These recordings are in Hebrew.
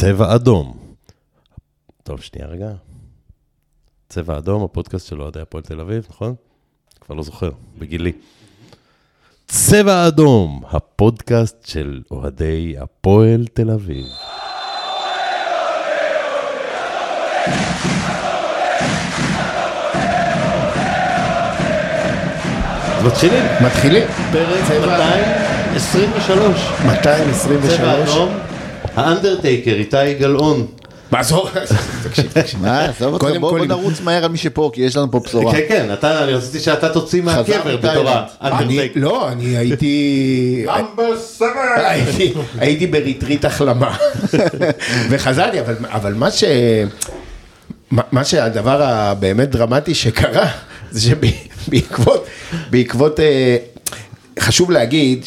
צבע אדום. טוב, שנייה רגע. צבע אדום, הפודקאסט של אוהדי הפועל תל אביב, נכון? כבר לא זוכר, בגילי. צבע אדום, הפודקאסט של אוהדי הפועל תל אביב. מתחילים. פרק 223. 223. צבע אדום, האנדרטייקר, איתי גלאון. מעזור. תקשיב. מה? עזוב אותך, בוא נרוץ מהר על מי שפה, כי יש לנו פה בשורה. כן, כן, אני רציתי שאתה תוציא מהקבר בתור האנדרטייקר. לא, אני הייתי בריטריט החלמה. וחזרתי, אבל מה שהדבר הבאמת דרמטי שקרה, זה שבעקבות, חשוב להגיד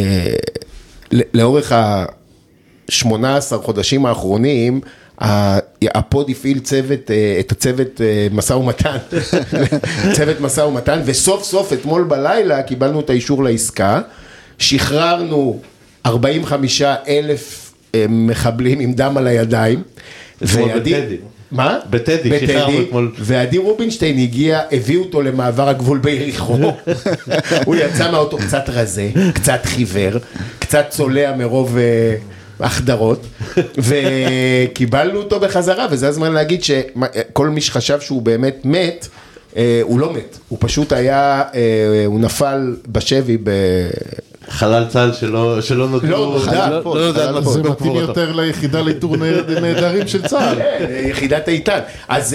שלאורך ה-18 חודשים האחרונים, הפוד הפעיל את הצוות משא ומתן, צוות משא ומתן, וסוף סוף אתמול בלילה קיבלנו את האישור לעסקה, שחררנו 45,000 מחבלים עם דם על הידיים, מה? בטדי, שחררנו אתמול. ועדי רובינשטיין הגיע, הביאו אותו למעבר הגבול ביריחו, הוא יצא מהאוטו קצת רזה, קצת חיוור, קצת צולע מרוב החדרות, וקיבלנו אותו בחזרה, וזה הזמן להגיד שכל מי שחשב שהוא באמת מת, הוא לא מת, הוא פשוט היה, הוא נפל בשבי חלל צה"ל שלא נודעו. לא יודע, זה מתאים יותר ליחידה לאיתור נעדרים של צה"ל. יחידת איתן. אז,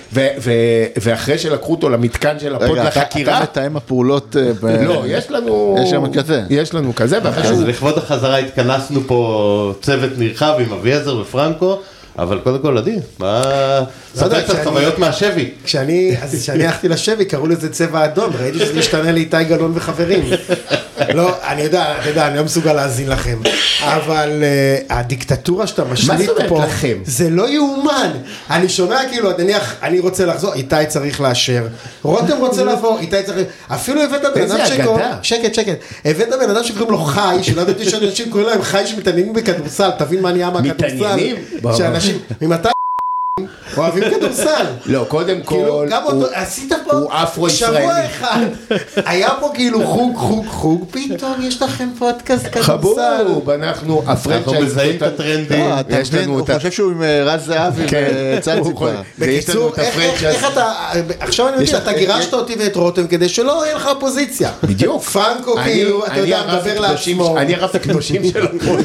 ואחרי שלקחו אותו למתקן של הפוד לחקירה. רגע, אתה מתאם הפעולות. לא, יש לנו. יש שם כזה. יש לנו כזה. אז לכבוד החזרה התכנסנו פה צוות נרחב עם אביעזר ופרנקו, אבל קודם כל, עדי, מה... סדר קצת חוויות מהשבי. כשאני הלכתי לשבי, קראו לזה צבע אדום, ראיתי שזה משתנה לאיתי גלאון וחברים. לא, אני יודע, אני לא מסוגל להאזין לכם, אבל הדיקטטורה שאתה משליט פה, זה לא יאומן. אני שומע כאילו, אני רוצה לחזור, איתי צריך לאשר, רותם רוצה לבוא, איתי צריך... אפילו הבאת בן אדם שקוראים... שקט. הבאת בן אדם שקוראים לו חי, שלא יודעתי שאנשים קוראים להם חי שמתעניינים בכדורסל, תבין מה נהיה מהכדורסל. שאנשים, ממתי אוהבים כדורסל. לא, קודם כל, עשית פה שבוע אחד, היה פה כאילו חוג, פתאום יש לכם פודקאסט כדורסל. חבוב, אנחנו מזהים את הטרנדים. הוא חושב שהוא עם רז זהבי וצלציפה. בקיצור, איך אתה, עכשיו אני יודע, אתה גירשת אותי ואת רותם כדי שלא יהיה לך אופוזיציה. בדיוק. פרנקו כאילו, אתה יודע, מדבר לעצמו. אני הרב את הקדושים של הפוד.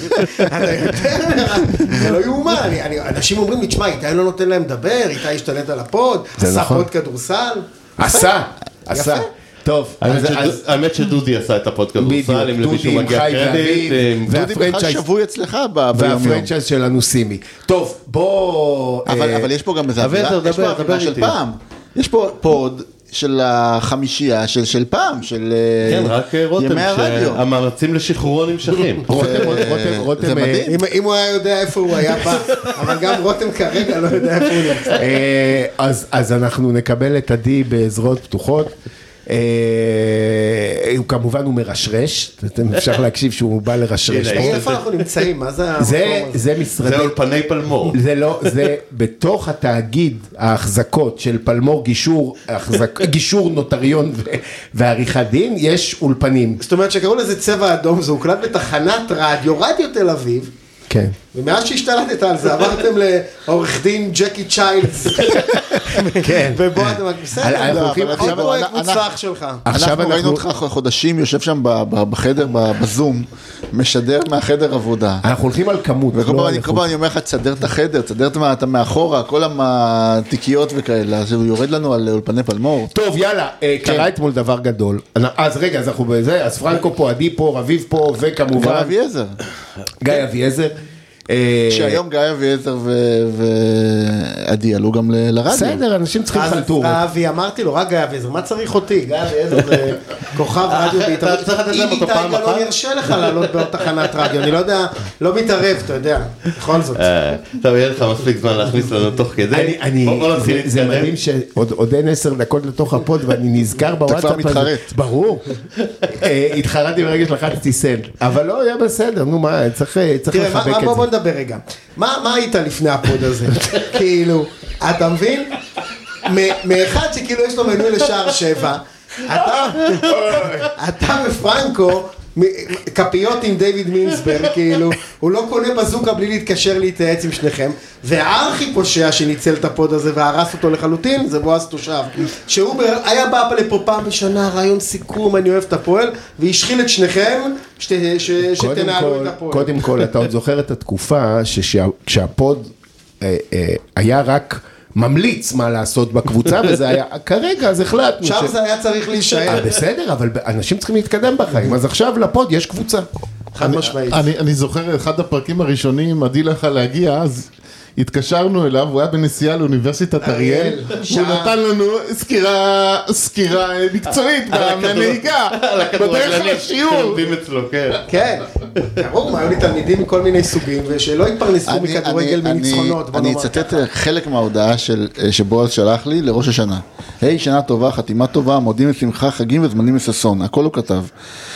זה לא יאומן, אנשים אומרים לי, תשמע, איתי לא נותן להם לדבר, איתי השתלט על הפוד, עשה פוד כדורסל. עשה. טוב, האמת שדודי עשה את הפוד כדורסל, אם למישהו מגיע קרדיט. דודי בכלל שבוי אצלך והפרנצ'ייז שלנו סימי. טוב, בוא... אבל יש פה גם איזה אווירה של פעם. יש פה פוד של החמישייה של פעם, של ימי הרדיו. המאמצים לשחרורו נמשכים. רותם, זה מדהים. אם הוא היה יודע איפה הוא היה בא, אבל גם רותם כרגע לא יודע איפה הוא נמצא. אז אנחנו נקבל את עדי בעזרות פתוחות. הוא כמובן הוא מרשרש, אפשר להקשיב שהוא בא לרשרש. איפה אנחנו נמצאים? מה זה המקום הזה? זה משרדי... זה אולפני פלמור. זה לא, זה בתוך התאגיד ההחזקות של פלמור גישור נוטריון ועריכת דין, יש אולפנים. זאת אומרת שקראו לזה צבע אדום, זה הוקלט בתחנת רדיו תל אביב. כן. ומאז שהשתלטת על זה, עברתם לעורך דין ג'קי צ'יילדס. כן. ובוא אתם בסדר. עוד פרויקט מוצלח שלך. אנחנו ראינו אותך חודשים, יושב שם בחדר, בזום, משדר מהחדר עבודה. אנחנו הולכים על כמות. וכל פעם אני אומר לך, תסדר את החדר, תסדר את מאחורה, כל התיקיות וכאלה, אז הוא יורד לנו על אולפני פלמור. טוב, יאללה, קרה אתמול דבר גדול. אז רגע, אז אנחנו בזה, אז פרנקו פה, עדי פה, רביב פה, וכמובן... גיא אביעזר. גיא אביעזר. שהיום גיא אביעזר ועדי עלו גם לרדיו. בסדר, אנשים צריכים חלטורות. אבי, אמרתי לו, רק גיא אביעזר, מה צריך אותי? גיא אביעזר זה כוכב רדיו בהתערב. אם איתי גלאון ירשה לך לעלות בעוד תחנת רדיו, אני לא יודע, לא מתערב, אתה יודע, בכל זאת. טוב, יהיה לך מספיק זמן להכניס לנו תוך כדי. זה מדהים שעוד אין 10 דקות לתוך הפוד, ואני נזכר בוואטסאפ. אתה כבר מתחרט. ברור. התחרטתי ברגע שלחצתי סנד. אבל לא, היה בסדר, נו מה, צריך לחבק את זה. נדבר רגע. מה היית לפני הפוד הזה? כאילו, אתה מבין? מאחד שכאילו יש לו מנוי לשער 7, אתה ופרנקו, כפיות עם דיוויד מינסברג, כאילו, הוא לא קונה בזוקה בלי להתקשר להתייעץ עם שניכם, והארכי פושע שניצל את הפוד הזה והרס אותו לחלוטין, זה בועז תושב, שהוא היה בא לפה פעם בשנה, רעיון סיכום, אני אוהב את הפועל, והשחיל את שניכם, שתנהלו את הפועל. קודם כל, אתה עוד זוכר את התקופה, כשהפוד היה רק ממליץ מה לעשות בקבוצה, וזה היה, כרגע, אז החלטנו. עכשיו זה היה צריך להישאר. בסדר, אבל אנשים צריכים להתקדם בחיים, אז עכשיו לפוד יש קבוצה. חד משמעית. אני זוכר, אחד הפרקים הראשונים, עדי לך להגיע, אז התקשרנו אליו, הוא היה בנסיעה לאוניברסיטת אריאל, הוא נתן לנו סקירה מקצועית בנהיגה, בדרך לשיעור. כן, ברור, היו לי תלמידים מכל מיני סוגים, ושלא התפרנסו מכדורגל מניצחונות. אני אצטט חלק מההודעה שבועז שלח לי לראש השנה. היי, שנה טובה, חתימה טובה, מודים לשמחה, חגים וזמנים לששון, הכל הוא כתב.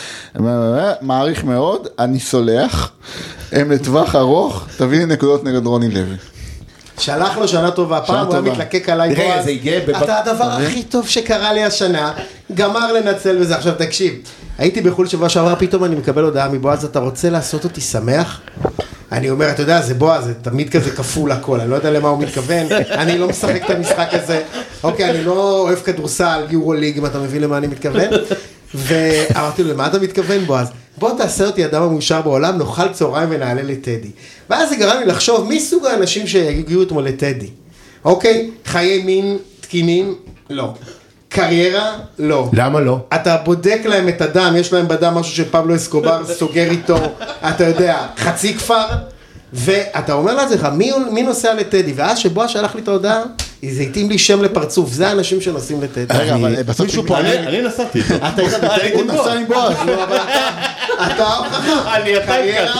מעריך מאוד, אני סולח, הם לטווח ארוך, תביא לי נקודות נגד רוני לוי. שלח לו שנה טובה, פעם הוא היה מתלקק עליי בועז, אתה הדבר הכי טוב שקרה לי השנה, גמר לנצל בזה. עכשיו תקשיב, הייתי בחול שבוע שעבר, פתאום אני מקבל הודעה מבועז, אתה רוצה לעשות אותי שמח? אני אומר, אתה יודע, זה בועז, זה תמיד כזה כפול הכל, אני לא יודע למה הוא מתכוון, אני לא משחק את המשחק הזה, אוקיי, אני לא אוהב כדורסל, יורוליג, אם אתה מבין למה אני מתכוון, ואמרתי לו, למה אתה מתכוון בועז? בוא תעשה אותי אדם המאושר בעולם, נאכל צהריים ונעלה לטדי. ואז זה גרם לי לחשוב, מי סוג האנשים שהגיעו אתמול לטדי? אוקיי, חיי מין תקינים? לא. קריירה? לא. למה לא? אתה בודק להם את הדם, יש להם בדם משהו שפבלו אסקובר סוגר איתו, אתה יודע, חצי כפר, ואתה אומר לעצמך, מי נוסע לטדי? ואז שבוע שלח לי את ההודעה, זה התאים לי שם לפרצוף, זה האנשים שנוסעים לטדי. רגע, אבל בסוף מישהו פה... אני נסעתי איתו. הוא נסע עם בועז. אתה הוכחה. קריירה?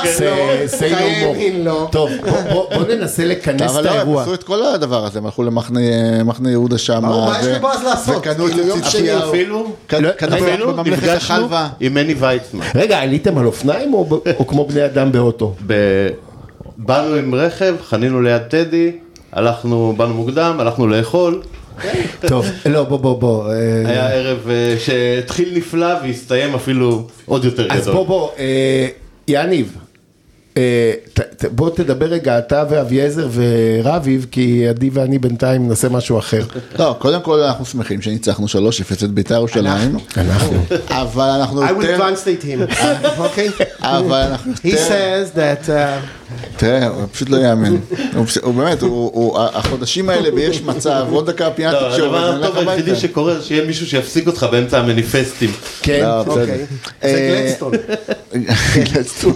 לא. טוב, בוא ננסה לכנס את אבל האירוע. הם עשו את כל הדבר הזה, הם הלכו למחנה יהודה שם. מה יש לבועז לעשות? וקנו את הציצייה. אפילו בממלכת החלבה. עם מני ויצמן. רגע, עליתם על אופניים או כמו בני אדם באוטו? באנו עם רכב, חנינו ליד טדי, באנו מוקדם, הלכנו לאכול. טוב, לא, בוא. היה ערב שהתחיל נפלא והסתיים אפילו עוד יותר גדול. אז בוא, יניב, בוא תדבר רגע, אתה ואביעזר ורביב, כי עדי ואני בינתיים נעשה משהו אחר. לא, קודם כל אנחנו שמחים שניצחנו 3-0 את בית"ר ירושלים. אנחנו. אבל אנחנו I will translate him. Okay? אבל אנחנו He says that... תראה, הוא פשוט לא יאמן. הוא באמת, החודשים האלה ויש מצב, עוד דקה פינת תקשורת. הדבר הטוב היחידי שקורה זה שיהיה מישהו שיפסיק אותך באמצע המניפסטים. כן, אוקיי. זה גלדסטון. גלדסטון.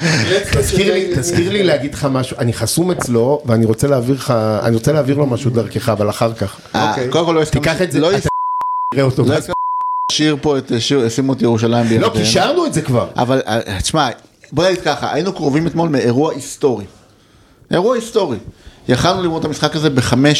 תזכיר לי להגיד לך משהו, אני חסום אצלו, ואני רוצה להעביר לו משהו דרכך, אבל אחר כך. קודם כל לא תיקח את זה, אתה תראה אותו. שיר פה את שיר, שימו את ירושלים בירדן. לא, קישרנו את זה כבר. אבל, תשמע, בוא נגיד ככה, היינו קרובים אתמול מאירוע היסטורי. אירוע היסטורי. יכלנו לראות את המשחק הזה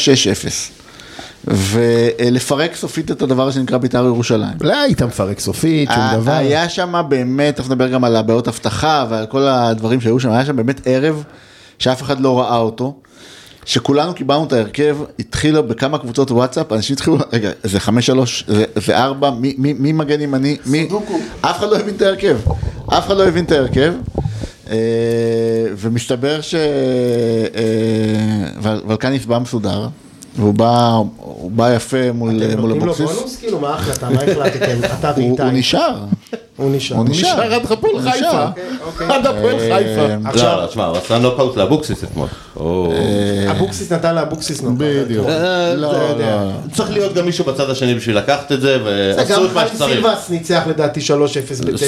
ב-5-6-0. ולפרק סופית את הדבר שנקרא בית"ר ירושלים. לא היית מפרק סופית, שום דבר. היה שם באמת, תכף נדבר גם על הבעיות הבטחה ועל כל הדברים שהיו שם, היה שם באמת ערב שאף אחד לא ראה אותו, שכולנו קיבלנו את ההרכב, התחילו בכמה קבוצות וואטסאפ, אנשים התחילו, רגע, זה 5-3, זה 4, מי מגן ימני, אף אחד לא הבין את ההרכב, אף אחד לא הבין את ההרכב, ומסתבר ולקניס בא מסודר, והוא בא יפה מול הבוקסיס. אם לא בונוס, כאילו, מה ההחלטה? מה החלטתם? אתה ואיתי. הוא נשאר. הוא נשאר. עד הפועל חיפה. עד הפועל חיפה. לא, תשמע, הוא עשה נוקאוט לאבוקסיס אתמול. אבוקסיס נתן לאבוקסיס נוקאוט. בדיוק. צריך להיות גם מישהו בצד השני בשביל לקחת את זה, ועשו את מה שצריך. סילבס ניצח לדעתי 3-0 בטדי.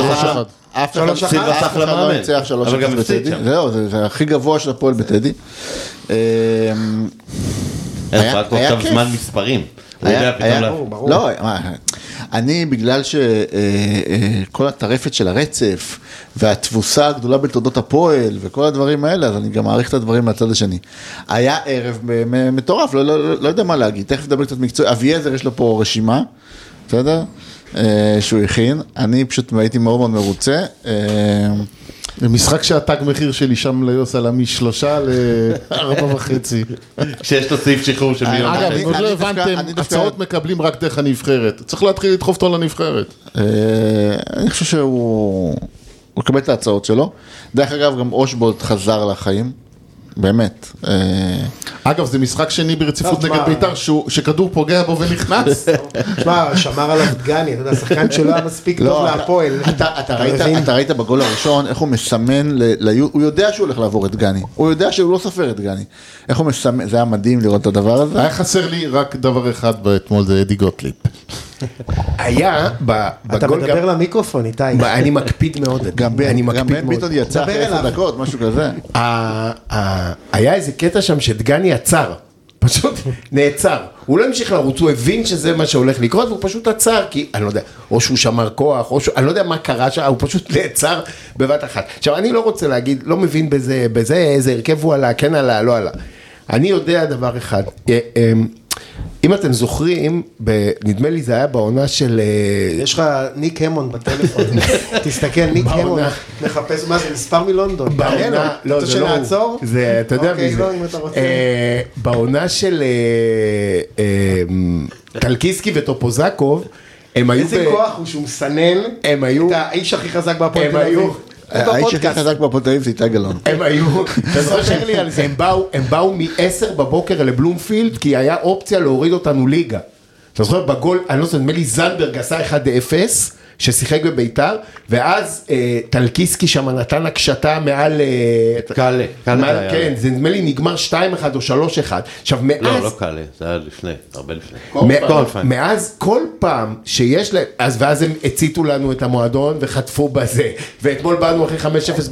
סילבס אחלה מאמן. אבל גם הפסיד שם. זהו, זה הכי גבוה של הפועל בטדי. אין רק עכשיו זמן מספרים. לא, אני בגלל שכל הטרפת של הרצף והתבוסה הגדולה בתולדות הפועל וכל הדברים האלה, אז אני גם מעריך את הדברים מהצד השני. היה ערב מטורף, לא יודע מה להגיד, תכף נדבר קצת מקצועי, אביעזר יש לו פה רשימה, בסדר? שהוא הכין, אני פשוט הייתי מאוד מאוד מרוצה. משחק שהתג מחיר שלי שם ליוס עלה מ3 ל4.5. כשיש לו סעיף שחרור של מיליון. אגב, אני עוד לא דווקא- הבנתם, אני דווקא- הצעות מקבלים רק דרך הנבחרת. צריך להתחיל לדחוף אותו לנבחרת. אני חושב שהוא מקבל את ההצעות שלו. דרך אגב, גם אושבולט חזר לחיים. באמת. אגב, זה משחק שני ברציפות טוב, נגד מה? בית"ר, שכדור פוגע בו ונכנס. תשמע, שמר עליו דגני, אתה יודע, השחקן שלו היה מספיק טוב להפועל. אתה ראית בגול הראשון, איך הוא מסמן, הוא יודע שהוא הולך לעבור את גני. הוא יודע שהוא לא סופר את גני. איך הוא מסמן, זה היה מדהים לראות את הדבר הזה. היה חסר לי רק דבר אחד באתמול, זה אדי גוטליב. היה אתה בגול מדבר למיקרופון, איתי. אני מקפיד מאוד. אני גם מקפיד בן מאוד. ביטון יצא אחרי דבר 10 אליו. דקות, משהו כזה. היה איזה קטע שם שדגני עצר, פשוט נעצר, הוא לא המשיך לרוץ, הוא הבין שזה מה שהולך לקרות, והוא פשוט עצר, כי אני לא יודע, או שהוא שמר כוח, או אני לא יודע מה קרה שם, הוא פשוט נעצר בבת אחת. עכשיו, אני לא רוצה להגיד, לא מבין בזה איזה הרכב הוא עלה, כן עלה, לא עלה. אני יודע דבר אחד, אם אתם זוכרים, נדמה לי זה היה בעונה של... יש לך ניק המון בטלפון, תסתכל, ניק המון, מחפש, מה זה, מספר מלונדון, בעונה, לא, זה לא שנעצור? הוא, זה, אתה יודע אוקיי, מי זה, לא, אם אתה רוצה. בעונה של טלקיסקי וטופוזקוב, הם היו, איזה כוח הוא שהוא מסנן, הם היו, את האיש הכי חזק בהפועל הם תל היו, אביב. האיש הכי חזק בהפועל תל אביב זה איתי גלאון. הם היו, אתה זוכר לי על זה, הם באו מ-10 בבוקר לבלומפילד, כי היה אופציה להוריד אותנו ליגה. אתה זוכר בגול, אני לא זוכר, נדמה לי זנדברג עשה 1-0, ששיחק בביתר, ואז טלקיסקי שם נתן הקשתה מעל... קאלה, קאלה. כן, זה נדמה לי נגמר 2-1 או 3-1. עכשיו, מאז... לא קאלה, זה היה לפני, הרבה לפני. מאז כל פעם שיש להם, ואז הם הציתו לנו את המועדון וחטפו בזה, ואתמול באנו אחרי 5-0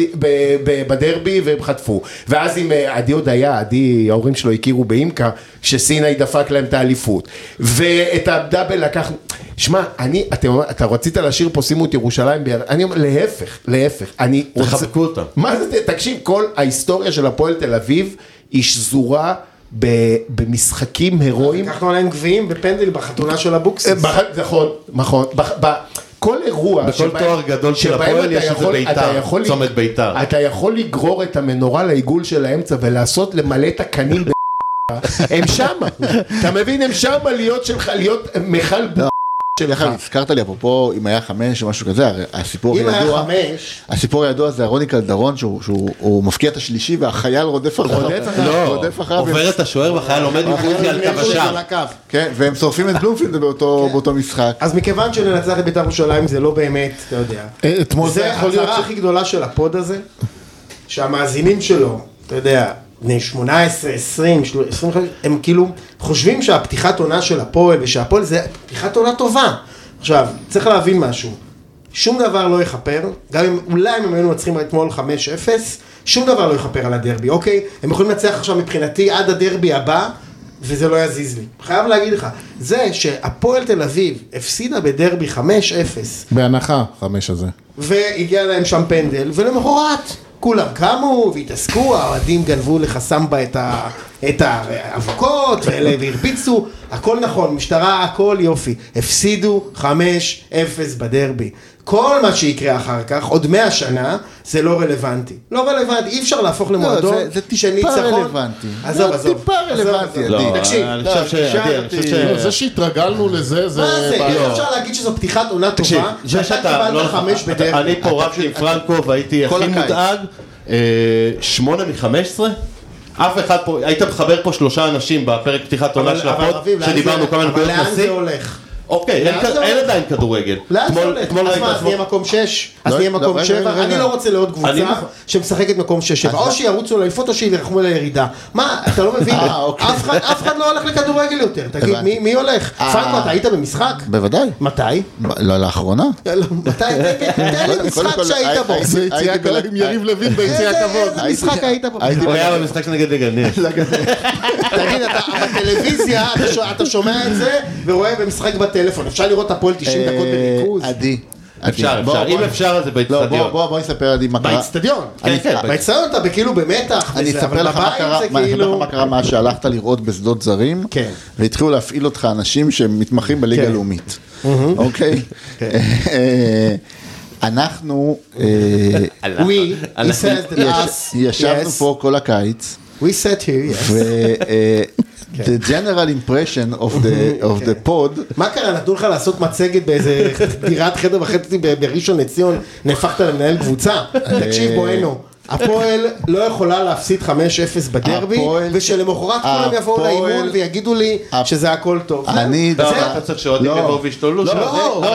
בדרבי והם חטפו, ואז עם עדי עוד היה, עדי, ההורים שלו הכירו באימקה, שסיני דפק להם את האליפות, ואת הדאבל לקחנו, שמע, אתה רצית לשיר פה שימו את ירושלים, אני אומר, להפך, אני רוצה... תחבקו אותם. מה זה, תקשיב, כל ההיסטוריה של הפועל תל אביב, היא שזורה במשחקים הירואיים. לקחנו עליהם גביעים בפנדל בחתונה של הבוקסיס. נכון. כל אירוע בכל תואר גדול של הפועל יש איזה ביתר, צומת ביתר. אתה יכול לגרור את המנורה לעיגול של האמצע ולעשות למלא את הקנים הם שמה, אתה מבין, הם שמה להיות מחל שלך. הזכרת לי אפרופו אם היה 5 או משהו כזה, הסיפור הידוע, הסיפור הידוע זה הרוני קלדרון שהוא מפקיע את השלישי והחייל רודף אחריו, עובר את השוער והחייל עומד מחוץ על קו השער. כן, והם שורפים את בלומפילד באותו משחק. אז מכיוון שננצח את בית"ר ירושלים זה לא באמת, אתה יודע, זה הצהרה הכי גדולה של הפוד הזה, שהמאזינים שלו, אתה יודע, בני 18, 20, 25, הם כאילו חושבים שהפתיחת עונה של הפועל ושהפועל זה פתיחת עונה טובה. עכשיו, צריך להבין משהו, שום דבר לא יחפר, גם אם אולי הם היינו מצליחים אתמול 5-0, שום דבר לא יחפר על הדרבי, אוקיי? הם יכולים לנצח עכשיו מבחינתי עד הדרבי הבא, וזה לא יזיז לי. חייב להגיד לך, זה שהפועל תל אביב הפסידה בדרבי 5-0. בהנחה 5 הזה. והגיע להם שם פנדל, ולמחרת כולם קמו והתעסקו, האוהדים גנבו לך סמבה את האבוקות והרביצו, הכל נכון, משטרה, הכל יופי, הפסידו 5-0 בדרבי. כל מה שיקרה אחר כך, עוד 100 שנה, זה לא רלוונטי. לא רלוונטי, אי אפשר להפוך למועדון זה טיפה רלוונטי. עזוב. זה טיפה רלוונטי, עדי. תקשיב, זה שהתרגלנו לזה, זה... מה זה? אפשר להגיד שזו פתיחת עונה טובה, שאתה קיבלת 5 בדרבי. אני פה רבתי עם פרנקו והייתי הכי מודאג, 8 מ-15, אף אחד פה, היית מחבר פה 3 אנשים בפרק פתיחת עונה של הפוד, שדיברנו כמה נקודות אבל לאן זה נשיא. הולך? אוקיי, אין עדיין כדורגל. לאן זה הולך? אז מה, אז נהיה מקום 6? אז נהיה מקום 7? אני לא רוצה לעוד קבוצה שמשחקת מקום 6-7, או שירוצו לאליפות או שירחמו לירידה. מה, אתה לא מבין? אף אחד לא הולך לכדורגל יותר. תגיד, מי הולך? פרנקו, אתה היית במשחק? בוודאי. מתי? לא, לאחרונה. מתי? תן לי משחק שהיית בו. זה יציאה כזאת עם יריב לוין ביציאה כבוד. איזה משחק היית בו? הוא היה במשחק שנגד לגנש. תגיד, בטלוויזיה אתה שומע את זה ורואה במשחק בטלפון, אפשר לראות הפועל 90 דקות בריכוז? עדי. אפשר, אם אפשר זה באצטדיון. בוא נספר עדי מה קרה. באצטדיון. כן. באצטדיון אתה כאילו במתח, אני אספר לך מה קרה מה שהלכת לראות בשדות זרים, והתחילו להפעיל אותך אנשים שמתמחים בליגה הלאומית. אוקיי? אנחנו, he says that us, ישבנו yes. פה כל הקיץ, We sat here, yes. the general impression of the pod, מה קרה? נתנו לך לעשות מצגת באיזה דירת חדר וחצי בראשון לציון, נהפכת למנהל קבוצה? תקשיב בואנו, הפועל לא יכולה להפסיד 5-0 בדרבי, ושלמחרת כולם יבואו לאימון ויגידו לי שזה הכל טוב. אני, אתה צריך שעודים יבואו וישתולו שם.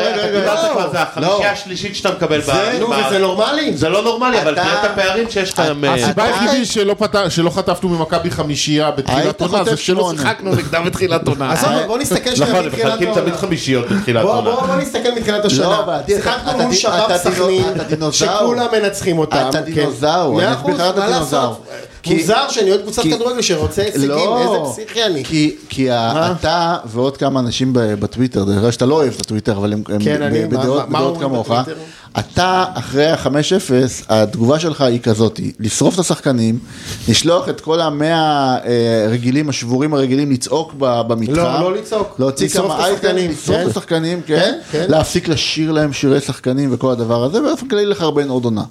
זה החמישייה השלישית שאתה מקבל. נו, וזה נורמלי? זה לא נורמלי, אבל תראה את הפערים שיש לך. הסיבה היחידי שלא חטפנו ממכבי חמישייה בתחילת עונה, זה שלא שיחקנו נגדם בתחילת עונה. אז בוא נסתכל נכון, שנייה הם מתחילת מחלקים העונה. תמיד חמישיות בתחילת עונה. בוא נסתכל מתחילת השנה. שיחקנו מול שב"ב סכנין, שכולם מנצחים אותם. אתה דינוזאור. אני אסביר לך את הדינוזאור. מוזר שאני עוד קבוצת כדורגל שרוצה הישגים, איזה פסיכי אני. כי אתה ועוד כמה אנשים בטוויטר, דרך כלל שאתה לא אוהב את הטוויטר, אבל הם בדעות כמוך, אתה אחרי ה-5-0, התגובה שלך היא כזאת, לשרוף את השחקנים, לשלוח את כל 100 רגילים, השבורים הרגילים, לצעוק במתחם. לא לצעוק. להוציא כמה אייטמים, לשרוף את השחקנים, כן? להפסיק לשיר להם שירי שחקנים וכל הדבר הזה, ובאופן כללי לחרבן עוד עונה.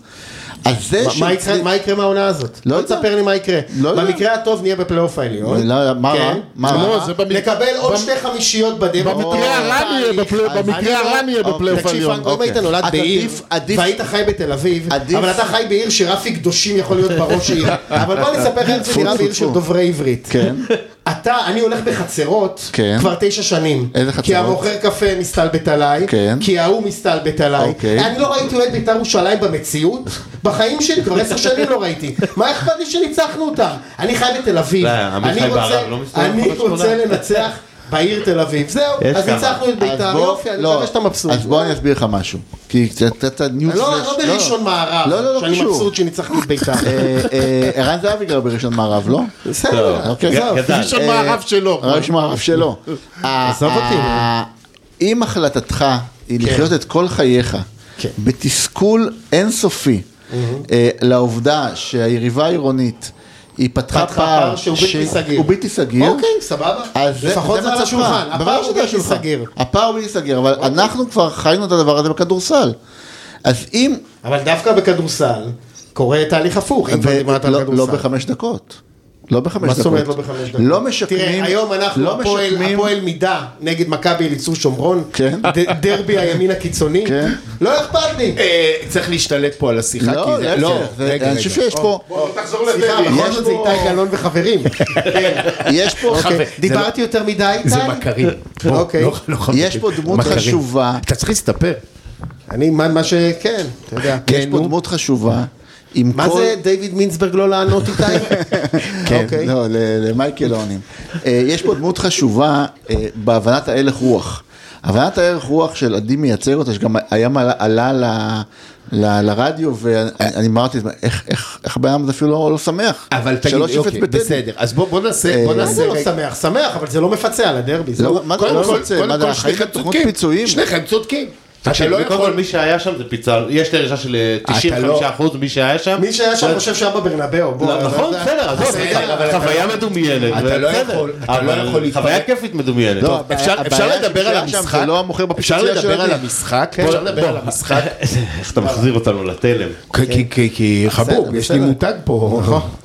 מה יקרה מהעונה הזאת? לא תספר לי מה יקרה. במקרה הטוב נהיה בפלייאוף העליון. מה? נקבל עוד 2 חמישיות בדרך. במקרה הרע נהיה בפלייאוף העליון. אם היית נולד בעיר והיית חי בתל אביב, אבל אתה חי בעיר שרפי קדושים יכול להיות בראש העיר. אבל בוא נספר לך איך זה נראה בעיר של דוברי עברית. אני הולך בחצרות כבר 9 שנים. כי המוכר קפה מסתלבט עליי, כי ההוא מסתלבט עליי. אני לא ראיתי אוהד בית"ר ירושלים במציאות, בחיים שלי כבר 10 שנים לא ראיתי. מה אכפת לי שניצחנו אותם? אני חי בתל אביב. אני רוצה לנצח בעיר תל אביב. זהו, אז ניצחנו את בית"ר. יופי, אני מקווה שאתה מבסוט. אז בוא אני אסביר לך משהו. כי קצת ניוז... לא בראשון מערב, שאני מבסוט שניצחתי את בית"ר. ערן זהבי גר בראשון מערב, לא? בסדר, ראשון מערב שלו. ראשון מערב שלו. עזוב אותי. אם החלטתך היא לחיות את כל חייך בתסכול אינסופי לעובדה שהיריבה העירונית היא פתחה פער שהוא בלתי סגיר. אוקיי, סבבה. לפחות זה על השולחן. הפער הוא בלתי סגיר. הפער הוא בלתי סגיר, אבל אנחנו כבר חיינו את הדבר הזה בכדורסל. אז אם... אבל דווקא בכדורסל קורה תהליך הפוך. לא ב5 דקות. לא ב5 דקות. מה זאת אומרת לא ב5 דקות? לא משקמים. תראה, היום אנחנו הפועל מידה נגד מכבי אליצור שומרון, דרבי הימין הקיצוני. לא אכפת לי. צריך להשתלט פה על השיחה. לא, אני חושב שיש פה... תחזור לדרבי. בכל זאת זה איתי גלאון וחברים. יש פה... דיברתי יותר מדי איתי? זה מכרים. יש פה דמות חשובה. אתה צריך להסתפר. אני, מה שכן, אתה יודע. יש פה דמות חשובה. מה זה דיוויד מינסברג לא לענות איתי? כן, לא, למייקל לא עונים. יש פה דמות חשובה בהבנת ההלך רוח. הבנת ההלך רוח של עדי מייצג אותה, שגם היה עלה לרדיו, ואני אמרתי, איך הבן זה אפילו לא שמח. אבל תגיד, אוקיי, בסדר. אז בוא נעשה... מה זה לא שמח? שמח, אבל זה לא מפצה על הדרבי. מה זה לא מפצה? מה זה, החיים תוכנות פיצויים? שניכם צודקים. אתה לא יכול, מי שהיה שם זה פיצה, יש לי רשת של 95% מי שהיה שם. מי שהיה שם חושב שהיה בברנבאו. נכון, בסדר, אבל חוויה מדומיינת. אתה לא יכול חוויה כיפית מדומיינת. אפשר לדבר על המשחק? אפשר לדבר על המשחק? אפשר לדבר על המשחק? איך אתה מחזיר אותנו לתלם? כי חבוב, יש לי מותג פה.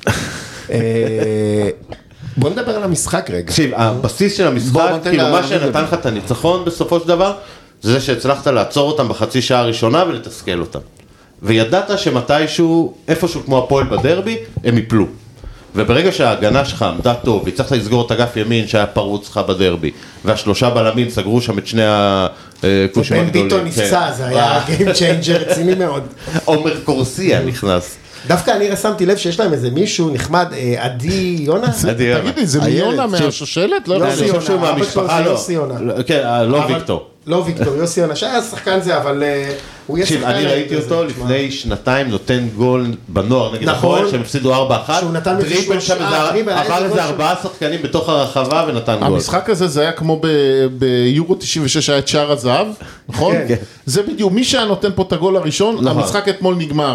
בוא נדבר על המשחק רגע. תקשיב, הבסיס של המשחק, כאילו מה שנתן לך את הניצחון בסופו של דבר, זה שהצלחת לעצור אותם בחצי שעה הראשונה ולתסכל אותם. וידעת שמתישהו, איפשהו כמו הפועל בדרבי, הם יפלו. וברגע שההגנה שלך עמדה טוב, והצלחת לסגור את אגף ימין שהיה פרוץ לך בדרבי, והשלושה בלמים סגרו שם את שני הכושים ובן הגדולים. ביטון נפצע, זה היה Game Changer רציני מאוד. עומר קורסיה נכנס. דווקא אני רשמתי לב שיש להם איזה מישהו נחמד, עדי יונה? תגיד לי, זה מיונה מהשושלת? יוסי יונה, אבא שלו זה יוסי יונה. כן, לא ויקטור. לא ויקטור, יוסי יונה, שהיה שחקן זה, אבל הוא יהיה שחקן... אני ראיתי אותו לפני שנתיים נותן גול בנוער נגד הפועל, שהם הפסידו 4-1. שהוא נתן דריבל שם, אחר איזה 4 שחקנים בתוך הרחבה ונתן גול. המשחק הזה זה היה כמו ביורו 96, היה את שער הזהב, נכון? זה בדיוק, מי שהיה נותן פה את הגול הראשון, המשחק אתמול נגמר.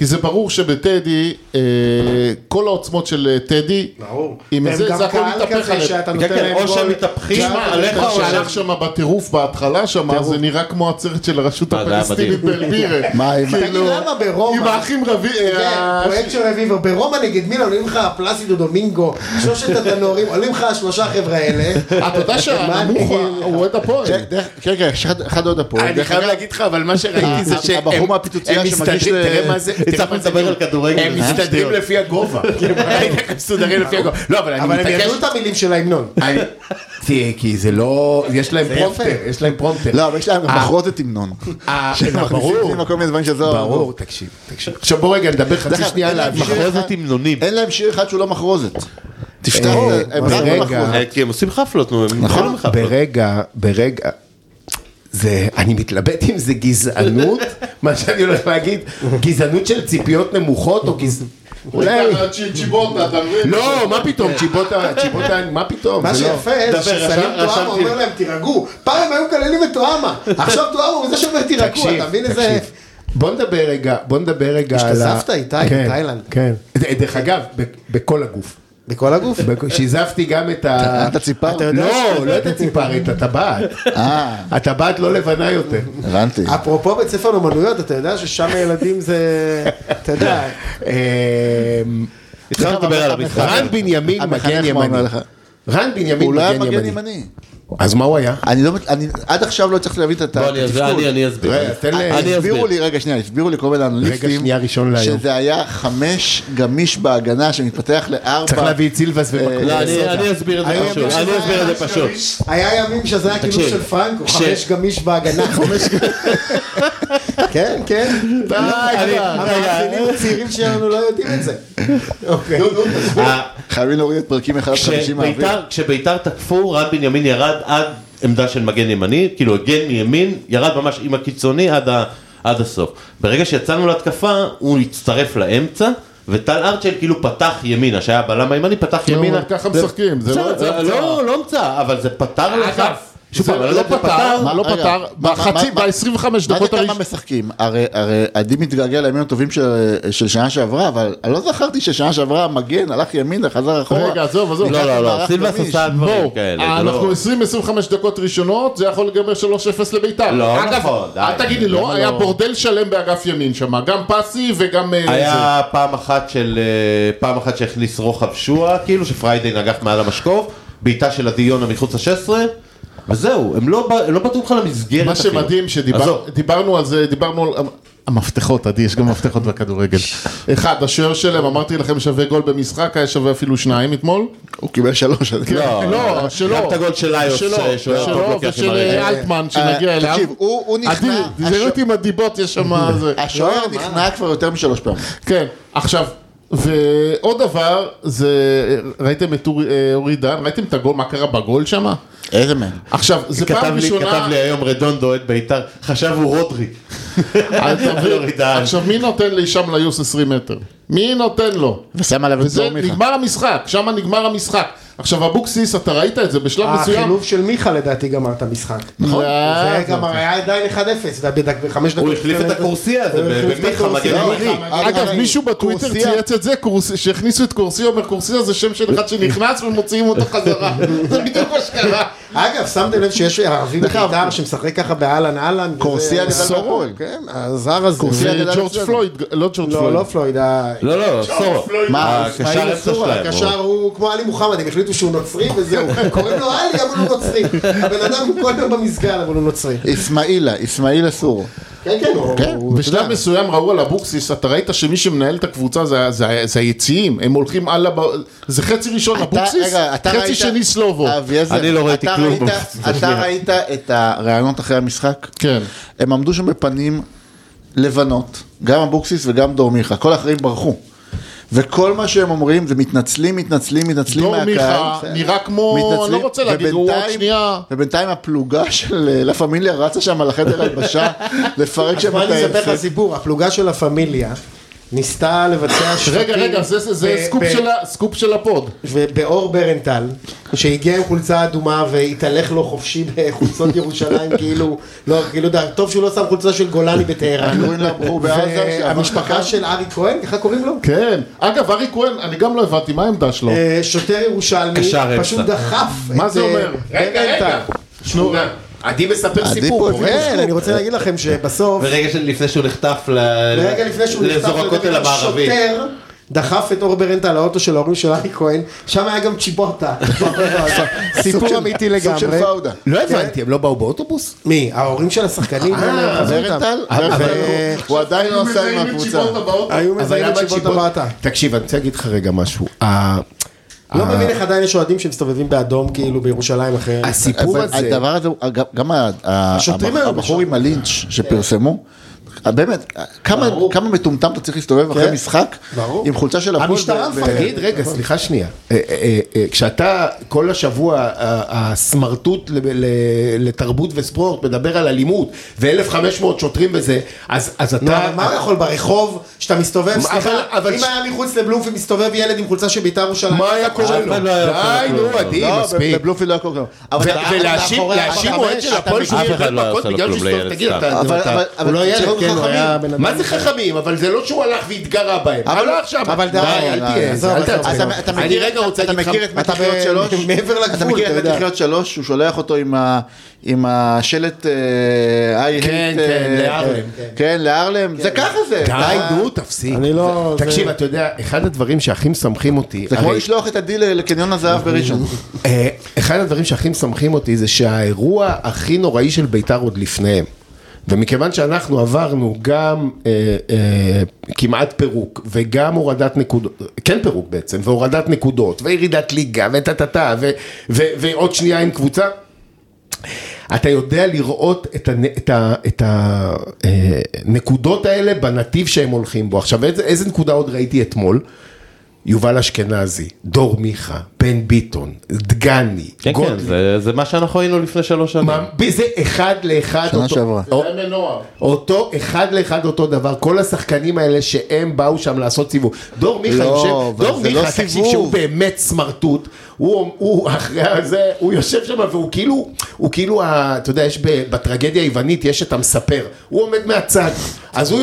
כי זה ברור שבטדי, כל העוצמות של טדי, ברור. עם והם זה גם הכל קהל מתהפך כזה עליהם. שאתה נותן להם או גול. שהם מתהפכים עליך או שהלך שם בטירוף בהתחלה שם, זה נראה כמו עצרת של הרשות זה היה הפלסטינית באלבירה. מה, תגיד למה ברומא? עם האחים רבי... כן, פרויקט של רביבו, ברומא נגד מילאן עולים לך פלאסידו דומינגו, שלושת התנורים, עולים לך השלושה חבר'ה האלה. אתה יודע שהנמוך הוא אוהד הפועל. כן, כן, אחד עוד הפועל. אני חייב להגיד לך, אבל מה שראיתי זה שהם הבחור מהפיצוצייה שמגיש מסתדרים, תראה מה זה, הצלחנו לדבר על כדורגל. הם מסתדרים לפי הגובה. הם מסתדרים לפי הגובה. לא, אבל אבל אני הם מתעקש... ידעו את המילים של ההמנון. תראה, כי זה לא... יש להם פרומפטר, יש להם פרומפטר. לא, אבל יש להם גם מחרוזת המנון. ברור. שמכניסים כל מיני דברים שזו... ברור, תקשיב. עכשיו בוא רגע, נדבר חצי שנייה על האוויר. מחרוזת עם נונים. אין להם שיר אחד שהוא לא מחרוזת. תפתח, הם רק ברגע- במחרוזת. כי הם עושים חפלות, נו, הם נכון, יכולים חפלות. ברגע, אני מתלבט אם זה גזענות, מה שאני הולך להגיד, גזענות של ציפיות נמוכות, או אולי... צ'יבוטה, אתה מבין? לא, מה פתאום, צ'יבוטה, מה פתאום, מה זה לא... שיפה זה שסלים טועמה אומר להם תירגעו, פעם הם היו מקללים את טועמה, עכשיו טועמה הוא זה שאומר תירגעו, אתה מבין איזה... בוא נדבר רגע על ה... השתזפת איתי כן, בתאילנד. כן. דרך אגב, בכל הגוף. בכל הגוף? שיזפתי גם את ה... את הציפר? לא את הציפר, את הטבעת. הטבעת לא לבנה יותר. הבנתי. אפרופו בית ספר אומנויות, אתה יודע ששם הילדים זה, אתה יודע, התחלנו לדבר על המשחק. רן בנימין מגן המחנך מה ימני. אומר לך? רן בנימין הוא לא היה מגן מגן ימני. ימני. אז מה הוא היה? אני עד עכשיו לא הצלחתי להבין את בוא, אני אסביר. רגע, תן לי... אני הסבירו לי, רגע שנייה, הסבירו לי כל מיני אנליסטים, רגע, שנייה, ראשון להיום. שזה היה 5 גמיש בהגנה שמתפתח ל4. צריך להביא את סילבס ובקול. לא, אני אסביר את זה פשוט. אני אסביר את זה פשוט. היה ימים שזה היה כאילו תקשיב, של פרנקו, 5 גמיש בהגנה. כן, כן. המאזינים הצעירים שלנו לא יודעים את זה. אוקיי. חייבים להוריד את פרקים 1-50 מהאוויר. כשביתר תקפו, רן בנימין ירד עד עמדה של מגן ימני, כאילו הגן מימין, ירד ממש עם הקיצוני עד הסוף. ברגע שיצאנו להתקפה, הוא הצטרף לאמצע, וטל ארצ'ל כאילו פתח ימינה, שהיה בלם הימני, פתח ימינה. ככה משחקים, זה לא... לא המצא, אבל זה פתר לך. זה לא פתר, מה לא פתר? ב-25 מה זה דקות כמה הראשון. משחקים? הרי עדי מתגעגע לימים הטובים של שנה שעברה, אבל אני לא זכרתי ששנה שעברה המגן הלך ימינה, חזר אחורה. רגע, עזוב. לא, סילבס עשה דברים כאלה. אנחנו 20-25 דקות ראשונות, זה יכול לגמר 3-0 לביתר. לא, אגב, נכון, די. אל תגיד לי לא, היה בורדל שלם באגף ימין שם, גם פסי וגם... היה פעם אחת שהכניס רוחב שועה, כאילו שפריידי נגח מעל המשקוף, בעיטה של הדיונה מחוץ ל-16, וזהו, הם לא בטוח לך למסגרת. מה שמדהים שדיברנו על זה, דיברנו על המפתחות, עדי, יש גם מפתחות בכדורגל. אחד, השוער שלהם, אמרתי לכם שווה גול במשחק, היה שווה אפילו 2 אתמול. הוא קיבל 3. לא, שלו. גם את הגול של ליוס, שלו ושל אלטמן, שנגיע אליו. תקשיב, הוא עדי, נכנע, תזהרו אותי עם הדיבות, יש שם... השוער נכנע כבר יותר מ3 פעמים. כן, עכשיו, ועוד דבר, זה, ראיתם את אורי דן, ראיתם את הגול, מה קרה בגול שם? איזה מהם? עכשיו, זה פעם ראשונה... כתב לי היום רדונדו אוהד ביתר, חשב הוא רודרי. עכשיו, מי נותן לי שם ליוס 20 מטר? מי נותן לו? ושם עליו את וזה דור מיכה. נגמר המשחק, שם נגמר המשחק. עכשיו, אבוקסיס, אתה ראית את זה בשלב מסוים? החילוף של מיכה לדעתי גמר את המשחק. נכון. זה גם היה עדיין 1-0, ב5 דקות. הוא החליף את הקורסיה הזה, במיכה מגן ימני. אגב, מישהו בטוויטר צייץ את זה, שהכניסו את קורסיה, אומר קורסיה זה שם של אחד שנכנס ומוציאים אותו חזרה. זה בדיוק מה שקרה. אגב, שמתם לב שיש ערבי בביתר שמשחק ככה באלן, קורסיה גדל בהפועל. כן, הזר הזה. ג'ורג' פלויד, לא ג'ורג' פלויד. לא פלויד. לא, סורו. מה, הקשר אמצע שלהם. הקשר הוא כמו עלי מוחמד, הם החליטו שהוא נוצרי וזהו. קוראים לו עלי, אבל הוא נוצרי. הבן אדם הוא כל יום במסגל, אבל הוא נוצרי. אסמאעילה סורו. כן. בשלב מסוים ראו על אבוקסיס, אתה ראית שמי שמנהל את הקבוצה זה היציעים, הם הולכים על זה חצי ראשון אבוקסיס, חצי שני סלובו. אני לא ראיתי כלום. אתה ראית את הרעיונות אחרי המשחק? כן. הם עמדו שם בפנים לבנות, גם אבוקסיס וגם דור מיכה, כל האחרים ברחו. וכל מה שהם אומרים זה מתנצלים דור מהקהל. מיכה נראה כמו, אני לא רוצה להגיד, הוא עוד שנייה. ובינתיים הפלוגה של לה פמיליה רצה שם על החדר הלבשה, לפרק שם את אני אספר לך ההפסד. סיפור, הפלוגה של הפמיליה, ניסתה לבצע שפטים. רגע, זה סקופ של הפוד. ובאור ברנטל, שהגיע עם חולצה אדומה והתהלך לו חופשי בחולצות ירושלים, כאילו, טוב שהוא לא שם חולצה של גולני בטהרן. והמשפחה של ארי כהן, ככה קוראים לו? כן. אגב, ארי כהן, אני גם לא הבנתי, מה העמדה שלו? שוטר ירושלמי, פשוט דחף. מה זה אומר? רגע. שנורה. עדי מספר סיפור. כן, אני רוצה להגיד לכם שבסוף... ורגע לפני שהוא נחטף לאזור הכותל המערבי. שוטר דחף את אור ברנטל לאוטו של ההורים של ארי כהן, שם היה גם צ'יבוטה. סיפור אמיתי לגמרי. סוג של פאודה. לא הבנתי, הם לא באו באוטובוס? מי? ההורים של השחקנים? ברנטל? הוא עדיין לא עושה עם הקבוצה. היו מזהים את צ'יבוטה באוטה. תקשיב, אני רוצה להגיד לך רגע משהו. לא מבין איך עדיין יש אוהדים שמסתובבים באדום כאילו בירושלים אחרת. הסיפור הזה... הדבר הזה, גם הבחור עם הלינץ' שפרסמו, באמת, כמה מטומטם אתה צריך להסתובב אחרי משחק עם חולצה של הפועל. המשטרה תגיד, רגע, סליחה שנייה. כשאתה כל השבוע הסמרטוט לתרבות וספורט מדבר על אלימות ו-1,500 שוטרים וזה, אז אתה... מה הוא יכול ברחוב שאתה מסתובב, סליחה, אם היה מחוץ לבלוף ומסתובב ילד עם חולצה שבית"ר ירושלים, מה היה קורה לו? די, נו, עדי, מספיק. בבלופי לא היה קורה. ולהאשים אוהד של הפועל שהוא ירד מכות בגלל שסתובב, תגיד, הוא לא ילד, כן, הוא היה בן אדם. מה זה חכמים? אבל זה לא שהוא הלך והתגרה בהם. אבל די, אל תהיה. אני רגע רוצה אתה להגיד לך... מכיר את מתחיות 3? מעבר לגבול, אתה מכיר את מתחיות 3? הוא שולח אותו עם השלט כן, לארלם. כן, לארלם. זה ככה זה. די, נו, תפסיק. תקשיב, אתה יודע, אחד הדברים שהכי משמחים אותי... זה כמו לשלוח את הדיל לקניון הזהב בראשון. אחד הדברים שהכי משמחים אותי זה שהאירוע הכי נוראי של בית"ר עוד לפניהם. ומכיוון שאנחנו עברנו גם כמעט פירוק וגם הורדת נקודות, כן פירוק בעצם, והורדת נקודות וירידת ליגה וטטטה ועוד שנייה עם קבוצה, אתה יודע לראות את הנקודות האלה בנתיב שהם הולכים בו. עכשיו, איזה נקודה עוד ראיתי אתמול? יובל אשכנזי, דור מיכה, בן ביטון, דגני, כן, כן, זה מה שאנחנו היינו לפני 3 שנים. זה אחד לאחד שנה שעברה. אותו אחד לאחד אותו דבר, כל השחקנים האלה שהם באו שם לעשות סיבוב. דור מיכה תקשיב שהוא באמת סמרטוט, הוא אחרי זה, הוא יושב שם והוא כאילו, אתה יודע, יש בטרגדיה היוונית, יש את המספר, הוא עומד מהצד, אז הוא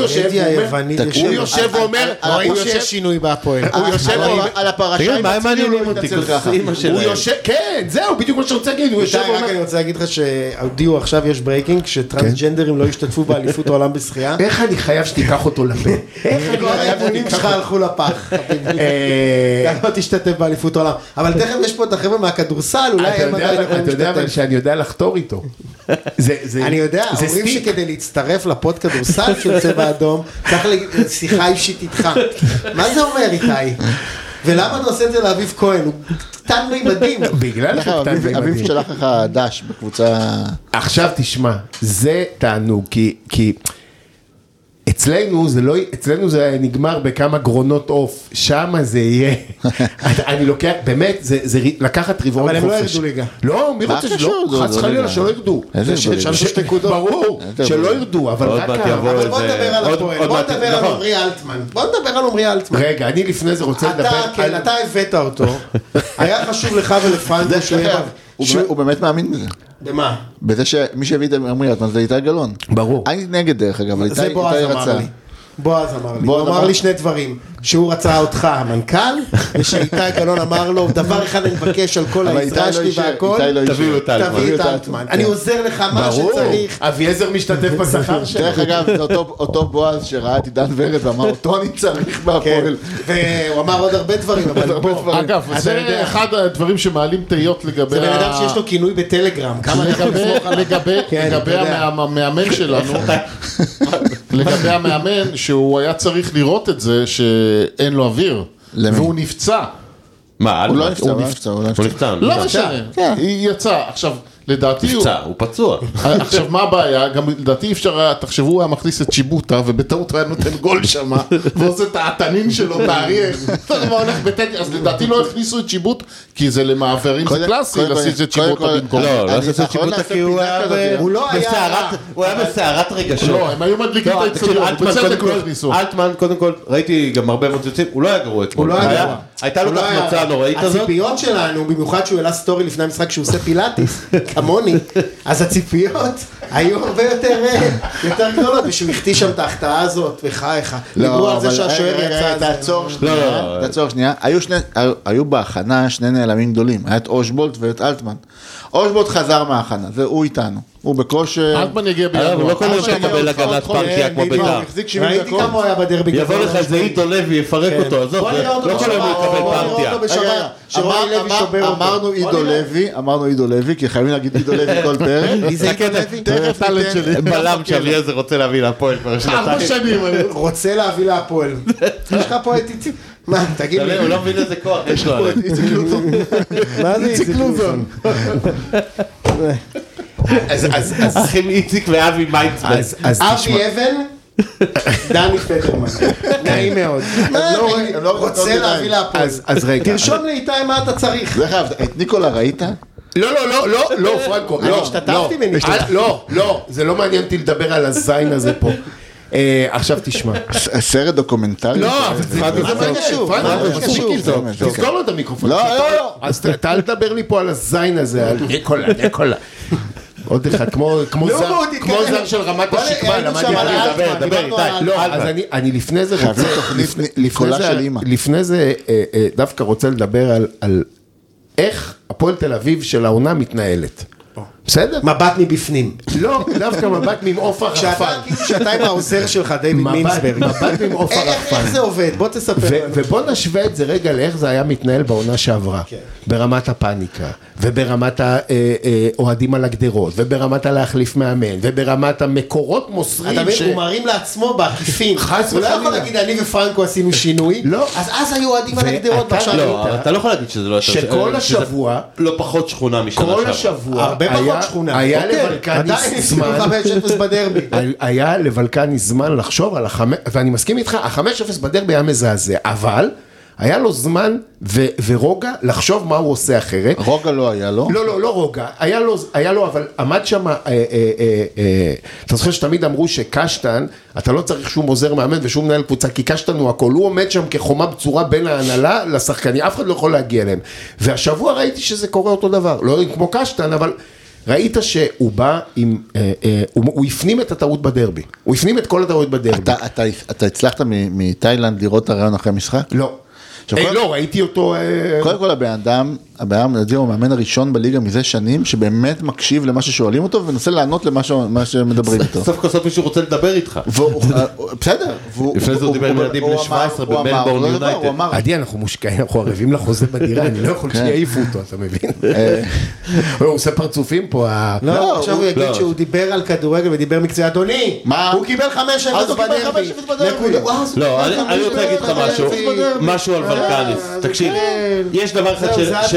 יושב ואומר, רואים שיש שינוי בהפועל. הוא יושב על הפרשה, מה הם מעניינים אותי? הוא יושב, כן, זהו, בדיוק מה שאני רוצה להגיד, הוא יושב ואומר. רק אני רוצה להגיד לך שהודיעו עכשיו יש ברייקינג, שטרנסג'נדרים לא ישתתפו באליפות העולם בשחייה. איך אני חייב שתיקח אותו לפה? איך אני הארגונים שלך הלכו לפח. גם לא תשתתף באליפות העולם. אבל תכף יש פה את החבר'ה מהכדורסל, אולי הם עדיין יכולים להשתתף. אתה יודע אבל שאני יודע לחתור איתו. אני יודע, אומרים שכדי להצטרף לפוד כדורסל של צבע אדום, צריך שיחה אישית איתך. מה זה אומר איתי? ולמה אתה עושה את זה לאביב כהן? הוא קטן מימדים. בגלל שהוא קטן מימדים. אביב שלח לך דש בקבוצה... עכשיו תשמע, זה תענוג, כי אצלנו זה נגמר בכמה גרונות אוף, שם זה יהיה, אני לוקח, באמת, זה לקחת רבעון חופש. אבל הם לא ירדו ליגה. לא, מי רוצה שלא, חס חלילה שלא ירדו. שם 6 נקודות. ברור, שלא ירדו, אבל רק... אבל בוא נדבר על הפועל, בוא נדבר על עמרי אלטמן. בוא נדבר על עמרי אלטמן. רגע, אני לפני זה רוצה לדבר... כן, אתה הבאת אותו, היה חשוב לך ולפרנקו הוא באמת מאמין בזה. במה? בזה שמי שהביא את אמרי אלטמן זה איתי גלאון. ברור. אני נגד דרך אגב, אבל זה בועז אמר לי. בועז אמר לי, הוא אמר לי 2 דברים, שהוא רצה אותך המנכ"ל, ושאיתי גלאון אמר לו, דבר אחד אני מבקש על כל העזרה שלי והכל, תביאו את אלטמן, אני עוזר לך מה שצריך. אביעזר משתתף בשכר שלו. דרך אגב, זה אותו בועז שראה את עידן ורד ואמר, אותו אני צריך בהפועל. והוא אמר עוד הרבה דברים, אבל בוא. אגב, זה אחד הדברים שמעלים תהיות לגבי... זה בן אדם שיש לו כינוי בטלגרם, לגבי המאמן שלנו, לגבי המאמן שהוא היה צריך לראות את זה שאין לו אוויר, והוא נפצע. מה? הוא לא נפצע. לא משנה, היא יצאה. עכשיו, לדעתי הוא פצוע. עכשיו מה הבעיה? גם לדעתי אפשר, תחשבו, הוא היה מכניס את שיבוטה, ובטעות הוא היה נותן גול שם, ועושה את העתנים שלו, תאריך, אז לדעתי לא הכניסו את שיבוט, כי זה למעברים, זה קלאסי, להסיס את שיבוטה במקום. לא הכניסו את שיבוטה כי הוא היה בסערת רגשות. לא, הם היו מדליקים את האצטדיון, בצדק לא הכניסו. אלטמן, קודם כל, ראיתי גם הרבה מאוד יוצאים, הוא לא היה גרוע אתמול. הייתה לו החמצה נוראית הזאת. הציפיות שלנו, במיוחד שהוא העלה סטורי לפני המשחק שהוא עושה פילאטיס, כמוני, אז הציפיות היו הרבה יותר גדולות, ושהוא הכתיש שם את ההחטאה הזאת, וחייך. דיברו על זה שהשוער יצא. תעצור שנייה. היו בהכנה שני נעלמים גדולים, היה את אושבולט ואת אלטמן. אושבולט חזר מההכנה, זה הוא איתנו. הוא בכושר... אלטמן יגיע הוא לא בינואר. כל הזמן מקבל הגנת פרקיה כמו בית"ר. ראיתי כמה הוא היה בדרבי. יבוא לך איזה איתו לוי, יפרק אותו, עזוב, לא כל הזמן הוא יקבל פרקיה. אמרנו עידו לוי, כי חייבים להגיד עידו לוי כל פרק. מי זה עידו לוי? תכף טלנט שלי. בלם שאביעזר רוצה להביא להפועל כבר 4 שנים. רוצה להביא להפועל. יש לך פה את איציק? מה, תגיד לי. הוא לא מבין איזה כוח יש לו עליהם. מה זה איציק לוזון? אחים איציק ואבי מיינצמן. אבי אבן, דני פטרמן. נעים מאוד. רוצה להביא להפועל. אז רגע. תרשום לי איתי מה אתה צריך. דרך אגב, את ניקולה ראית? לא, פרנקו, אני השתתפתי בניקולה. לא, זה לא מעניין אותי לדבר על הזין הזה פה. עכשיו תשמע. סרט דוקומנטרי? לא, אבל זה קשור. תזכור לו את המיקרופון. לא. אז אתה אל תדבר לי פה על הזין הזה, על ניקולה. עוד אחד, כמו זר של רמת השקמה, דבר איתי. לא, אז אני לפני זה רוצה, ניקולה של אמא. לפני זה דווקא רוצה לדבר על איך הפועל תל אביב של העונה מתנהלת. בסדר? מבט מבפנים. לא, דווקא מבט ממעוף הרחפן. כשאתה עם העוזר שלך, דיוויד מינסברג. מבט ממעוף הרחפן. איך זה עובד? בוא תספר. ובוא נשווה את זה רגע לאיך זה היה מתנהל בעונה שעברה. ברמת הפאניקה, וברמת האוהדים על הגדרות, וברמת הלהחליף מאמן, וברמת המקורות מוסרים. אתה מבין, הוא מרים לעצמו בעקיפין. חס הוא לא יכול להגיד, אני ופרנקו עשינו שינוי. לא. אז היו אוהדים על הגדרות. לא, אתה לא יכול להגיד שזה לא... שכל השבוע... לא פחות שכונה משנה שעברה. כל השבוע... הרבה פחות שכונה. היה לבלקניס זמן... עדיין 5-0 בדרבי. היה לבלקניס זמן לחשוב על ואני מסכים איתך, 5-0 בדרבי היה מזעזע, אבל... היה לו זמן ורוגע לחשוב מה הוא עושה אחרת. רוגע לא היה לו? לא רוגע, היה לו, אבל עמד שם, אתה זוכר שתמיד אמרו שקשטן, אתה לא צריך שום עוזר מאמן ושום מנהל קבוצה, כי קשטן הוא הכל, הוא עומד שם כחומה בצורה בין ההנהלה לשחקנים, אף אחד לא יכול להגיע אליהם. והשבוע ראיתי שזה קורה אותו דבר, לא כמו קשטן, אבל... ראית שהוא בא עם, הוא הפנים את הטעות בדרבי, הוא הפנים את כל הטעות בדרבי. אתה הצלחת מתאילנד לראות את הרעיון אחרי משחק? לא. לא, ראיתי אותו... קודם כל הבן אדם, הוא המאמן הראשון בליגה מזה שנים, שבאמת מקשיב למה ששואלים אותו, ומנסה לענות למה שמדברים איתו. סוף כל סוף מישהו רוצה לדבר איתך. בסדר. לפני זה הוא דיבר עם ילדים בני 17 במלבורן יונייטד. עדי, אנחנו מושקעים, אנחנו ערבים לחוזה בדירה, אני לא יכול שיעיפו אותו, אתה מבין? הוא עושה פרצופים פה. לא, עכשיו הוא יגיד שהוא דיבר על כדורגל ודיבר מקצועי, אדוני, הוא קיבל 5-0 בדרבי. לא, אני רוצה להגיד לך משהו על ולקניס. תקשיב, יש דבר אחד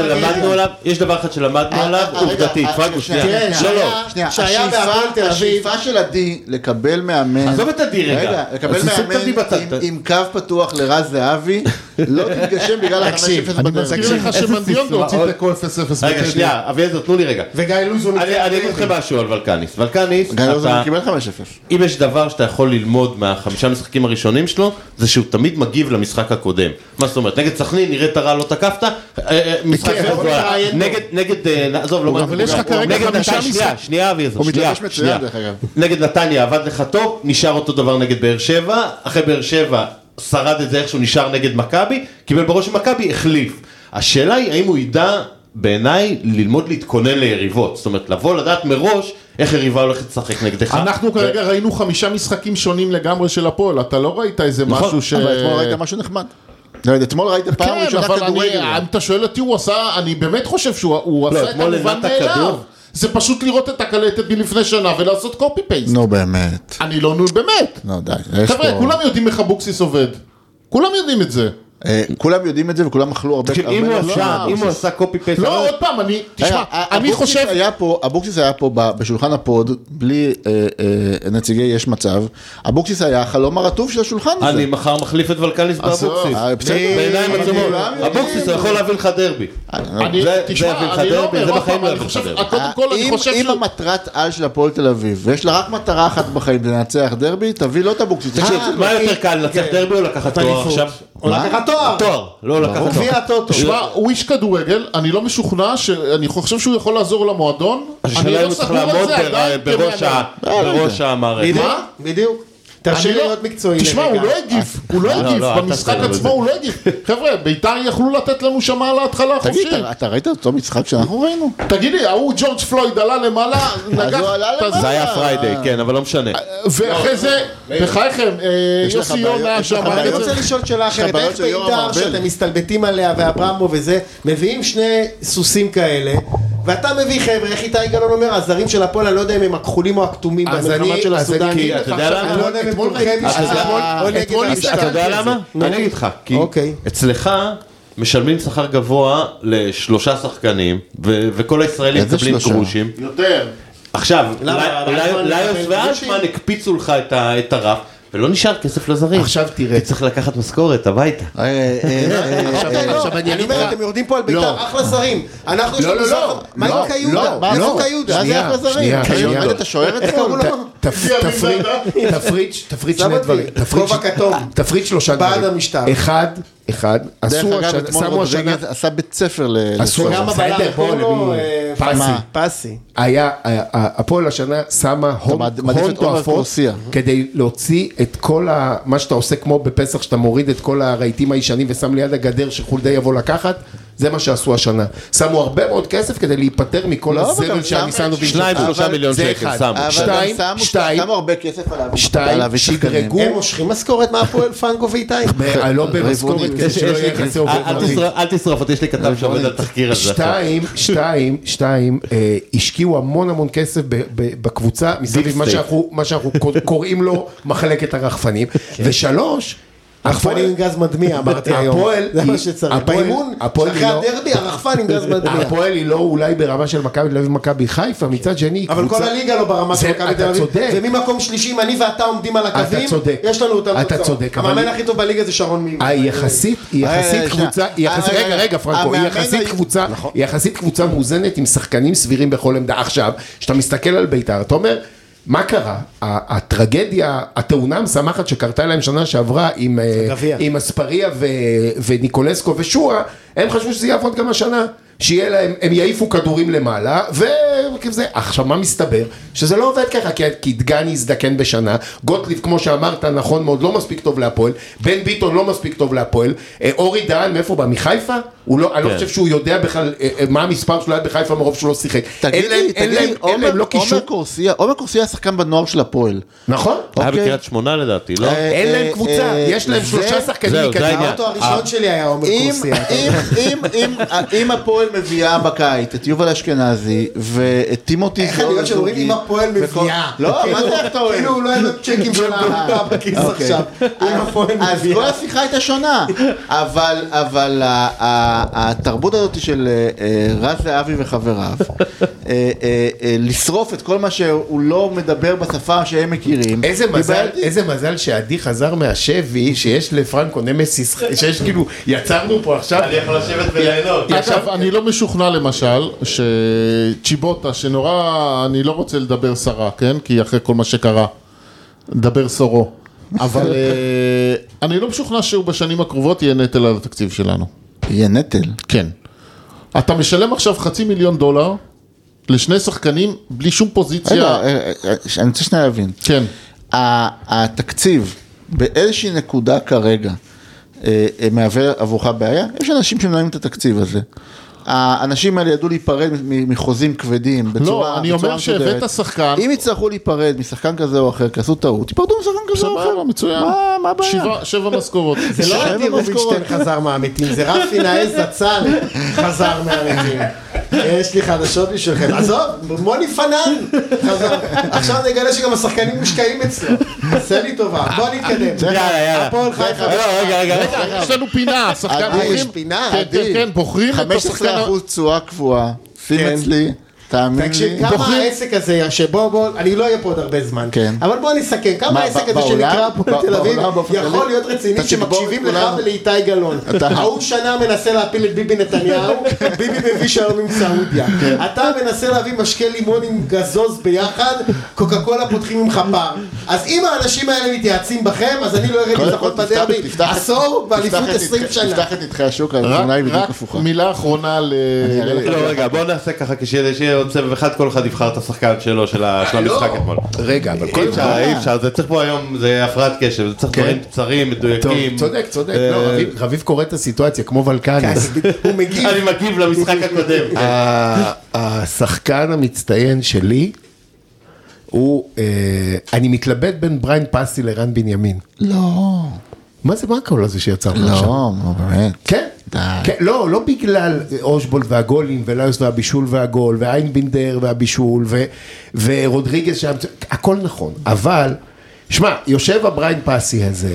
שלמדנו עליו, עובדתית, פרנקו, שנייה. השאיפה של עדי לקבל מאמן, עזוב את עדי רגע, לקבל מאמן עם קו פתוח לרז זהבי, לא תתגשם בגלל ה-5-0 בדרבי. תקשיב לך שמנדיון הוציא תיקו 0-0. רגע, שנייה, אביעזר, תנו לי רגע. וגיא לוזון. אני אגיד לכם משהו על ולקניס. גיא לוזון קיבל 5-0. אם יש דבר שאתה יכול ללמוד מה5 משחקים הראשונים שלו, זה שהוא תמיד מגיב למשחק הקודם. מה זאת אומרת? נגד סכנין, נראית הרע, לא תקפת, משחק נגד, עזוב, לא אבל יש לך כרגע 5 משחקים. שנייה, אביעזר, הוא מתלבש מצוין דרך אגב. נגד נתניה עבד לך טוב, נשאר אותו דבר נגד באר שבע, אחרי באר שבע שרד את זה איך שהוא נשאר נגד מכבי, קיבל בראש של מכבי, החליף. השאלה היא, האם הוא ידע בעיניי ללמוד להתכונן ליריבות, זאת אומרת, לבוא לדעת מראש איך יריבה הולכת לשחק נגדך. אנחנו כרגע ראינו 5 משחקים שונים לגמרי של הפועל, אתה לא ראית איזה משהו ש... אבל אתמול ראית משהו נחמד. אתמול ראית פעם ראשונה כדורגל. אם אתה שואל אותי, הוא עשה, אני באמת חושב שהוא עשה את המובן מאליו. זה פשוט לראות את הקלטת מלפני שנה ולעשות קופי פייסט. נו באמת. אני לא, נו באמת. נו די. חבר'ה, כולם יודעים איך אבוקסיס עובד. כולם יודעים את זה. כולם יודעים את זה וכולם אכלו הרבה... תקשיב, אם הוא עשה קופי פייסט... לא, עוד פעם, תשמע, אני חושב... אבוקסיס היה פה בשולחן הפוד, בלי נציגי יש מצב, אבוקסיס היה החלום הרטוב של השולחן הזה. אני מחר מחליף את ולקניס באבוקסיס. בעיניים עצומות. אבוקסיס יכול להביא לך דרבי. תשמע, אני לא אומר, עוד פעם, קודם כל אני חושב אם המטרת על של הפועל תל אביב, ויש לה רק מטרה אחת בחיים, לנצח דרבי, תביא לו את אבוקסיס. מה יותר קל, לנצח דרבי או לקחת תואר עכשיו? או לקחת תואר. תואר, לא לקחת תואר. גביע הטוטו. תשמע, הוא איש כדורגל, אני לא משוכנע, אני חושב שהוא יכול לעזור למועדון. השאלה הוא צריך לעמוד בראש המערכת. מה? בדיוק. תרשה להיות מקצועי. תשמע, הוא לא הגיב, במשחק עצמו הוא לא הגיב. חבר'ה, בית"ר יכלו לתת לנו שם על ההתחלה חופשי. תגיד, אתה ראית אותו משחק שאנחנו ראינו? תגיד לי, ההוא ג'ורג' פלויד עלה למעלה, נגח... זה היה פריידי, כן, אבל לא משנה. ואחרי זה, בחייכם, יוסי יונה שם... אני רוצה לשאול שאלה אחרת, איך בית"ר שאתם מסתלבטים עליה ואברמו וזה, מביאים שני סוסים כאלה, ואתה מביא חבר'ה, איך איתי גלאון אומר, הזרים של הפועל, אני לא יודע אם הם הכחולים או הכתומים במלחמה של הסודנים. אתה יודע למה? אני לא יודע אם הם כולכם אתה יודע למה? אני אגיד לך, כי אצלך משלמים שכר גבוה לשלושה שחקנים, וכל הישראלים מקבלים גרושים. יותר. עכשיו, ליוס ואלטמן הקפיצו לך את הרף, ולא נשאר כסף לזרים. עכשיו תראה. כי צריך לקחת משכורת הביתה. עכשיו אני אגיד לך. אתם יורדים פה על בית"ר, אחלה זרים. אנחנו יש לנו זר. מה עם קיודה? איפה קיודה? מה זה אחלה זרים? אתה שוער את זה? תפריט שני דברים. כובע כתום. תפריט שלושה דברים. בעד המשטר. אחד, דרך אגב, אתמול רודריגז עשה בית ספר גם הבעלה, קוראים לו פסי. הפועל השנה שמה הון תועפות כדי להוציא את כל מה שאתה עושה כמו בפסח, שאתה מוריד את כל הרהיטים הישנים ושם ליד הגדר שחולדה יבוא לקחת, זה מה שעשו השנה. שמו הרבה מאוד כסף כדי להיפטר מכל הזבל שהניסנו 2-3 מיליון שקל שמו. שמו הרבה כסף עליו. שדרגו. הם מושכים משכורת מהפועל פנגו ואיתי? לא במשכורת. אל תשרוף אותי, יש לי כתב שעובד על תחקיר הזה. שתיים, השקיעו המון כסף בקבוצה, מסביב מה שאנחנו קוראים לו מחלקת הרחפנים, ושלוש, רחפנים עם גז מדמיע, אמרתי היום. זה מה שצריך. באימון, אחרי הדרבי, הרחפן עם גז מדמיע. הפועל היא לא אולי ברמה של מכבי תל אביב ומכבי חיפה, מצד שני, אבל כל הליגה לא ברמה של מכבי תל אביב. וממקום שלישי, אני ואתה עומדים על הקווים, יש לנו אותם תוצאות. המאמן הכי טוב בליגה זה שרון מימי. יחסית קבוצה, רגע פרנקו, היא יחסית קבוצה מאוזנת עם שחקנים סבירים בכל עמדה. עכשיו, כשאתה מסתכל על בית"ר, אתה אומר, מה קרה? הטרגדיה, התאונה המשמחת שקרתה להם שנה שעברה עם אספריה וניקולסקו ושואה, הם חשבו שזה יעבוד גם השנה, שיהיה להם, הם יעיפו כדורים למעלה, וכזה, עכשיו מה מסתבר? שזה לא עובד ככה, כי דגני יזדקן בשנה, גוטליב כמו שאמרת, נכון מאוד, לא מספיק טוב להפועל, בן ביטון לא מספיק טוב להפועל, אורי דהן, מאיפה בא? מחיפה? אני לא חושב שהוא יודע בכלל מה המספר שלו היה בחיפה מרוב שהוא לא שיחק. אין להם לא קישור. עומר קורסיה שחקן בנוער של הפועל. נכון? היה בקריית שמונה לדעתי, לא? אין להם קבוצה, יש להם שלושה שחקנים מקדימה. האוטו הראשון שלי היה עומר קורסיה. אם הפועל מביאה בקיץ את יובל אשכנזי ואת טימותי איך אני יודע שאומרים אם הפועל מביאה? לא, מה זה איך אתה אוהב? כאילו אולי לא צ'קים של העמותה בכיס עכשיו. אז כל השיחה הייתה שונה, אבל התרבות הזאת של רז זהבי וחבריו, לשרוף את כל מה שהוא לא מדבר בשפה שהם מכירים. איזה מזל שעדי חזר מהשבי, שיש לפרנקו נמסיס, שיש כאילו, יצרנו פה עכשיו. אני יכול לשבת וליהנות. עכשיו, אני לא משוכנע למשל, שצ'יבוטה, שנורא, אני לא רוצה לדבר שרה, כן? כי אחרי כל מה שקרה, לדבר סורו. אבל אני לא משוכנע שהוא בשנים הקרובות יהיה נטל על התקציב שלנו. יהיה נטל? כן. אתה משלם עכשיו $500,000 לשני שחקנים בלי שום פוזיציה. אני רוצה שנייה להבין. כן. התקציב באיזושהי נקודה כרגע מהווה עבורך בעיה? יש אנשים שמנהלים את התקציב הזה. האנשים האלה ידעו להיפרד מחוזים כבדים בצורה לא, אני אומר שהבאת שחקן. אם יצטרכו להיפרד משחקן כזה או אחר, כי עשו טעות, תיפרדו משחקן כזה או אחר. מצוין. מה הבעיה? 7 משכורות. זה לא רובינשטיין חזר מהמתים, זה רפי נאה זצ"ל חזר מהמתים. יש לי חדשות בשבילכם. עזוב, מוני פנן. עכשיו נגלה שגם השחקנים מושקעים אצלו. עשה לי טובה, בוא נתקדם. יאללה. הפועל חיפה. רגע. יש לנו פינה, שחקן בוחרים. יש פינה. כן, בוחרים את השחקן. 15% תשואה קבועה, שים אצלי, תאמין תקשיב, לי. כמה העסק הזה, שבוא, אני לא אהיה פה עוד הרבה זמן, כן. אבל בוא נסכם, כמה העסק הזה שנקרא הפועל תל אביב, יכול להיות רציני שמקשיבים לך ולאיתי גלאון. ההוא שנה מנסה להפיל את ביבי נתניהו, ביבי מביא שלום עם סעודיה. אתה מנסה להביא משקה לימון עם גזוז ביחד, קוקה קולה פותחים עם חפר. אז אם האנשים האלה מתייעצים בכם, אז אני לא אראה ניצחון בדרבי עשור ואליפות 20 שנה. תפתח את נתחי השוק, התמונה היא בדיוק הפוכה. רק מילה אחרונה לא, רגע, בוא נעשה ככה, כשיהיה עוד סבב אחד, כל אחד יבחר את השחקן שלו, של המשחק אתמול. רגע, אבל כל אי אפשר, זה צריך פה היום, זה הפרעת קשב, זה צריך דברים קצרים, מדויקים. צודק, לא, רביב קורא את הסיטואציה, כמו ולקניס. הוא מגיב. אני מגיב למשחק הקודם. השחקן המצטיין שלי, הוא, אני מתלבט בין בריין פסי לרן בנימין. לא. מה זה, מה הקול הזה שיצר לך עכשיו? לא, באמת. כן, כן, לא בגלל אושבולט והגולים וליוס והבישול והגול ואיינבינדר והבישול ורודריגז שם, הכל נכון, אבל שמע, יושב הבריין פסי הזה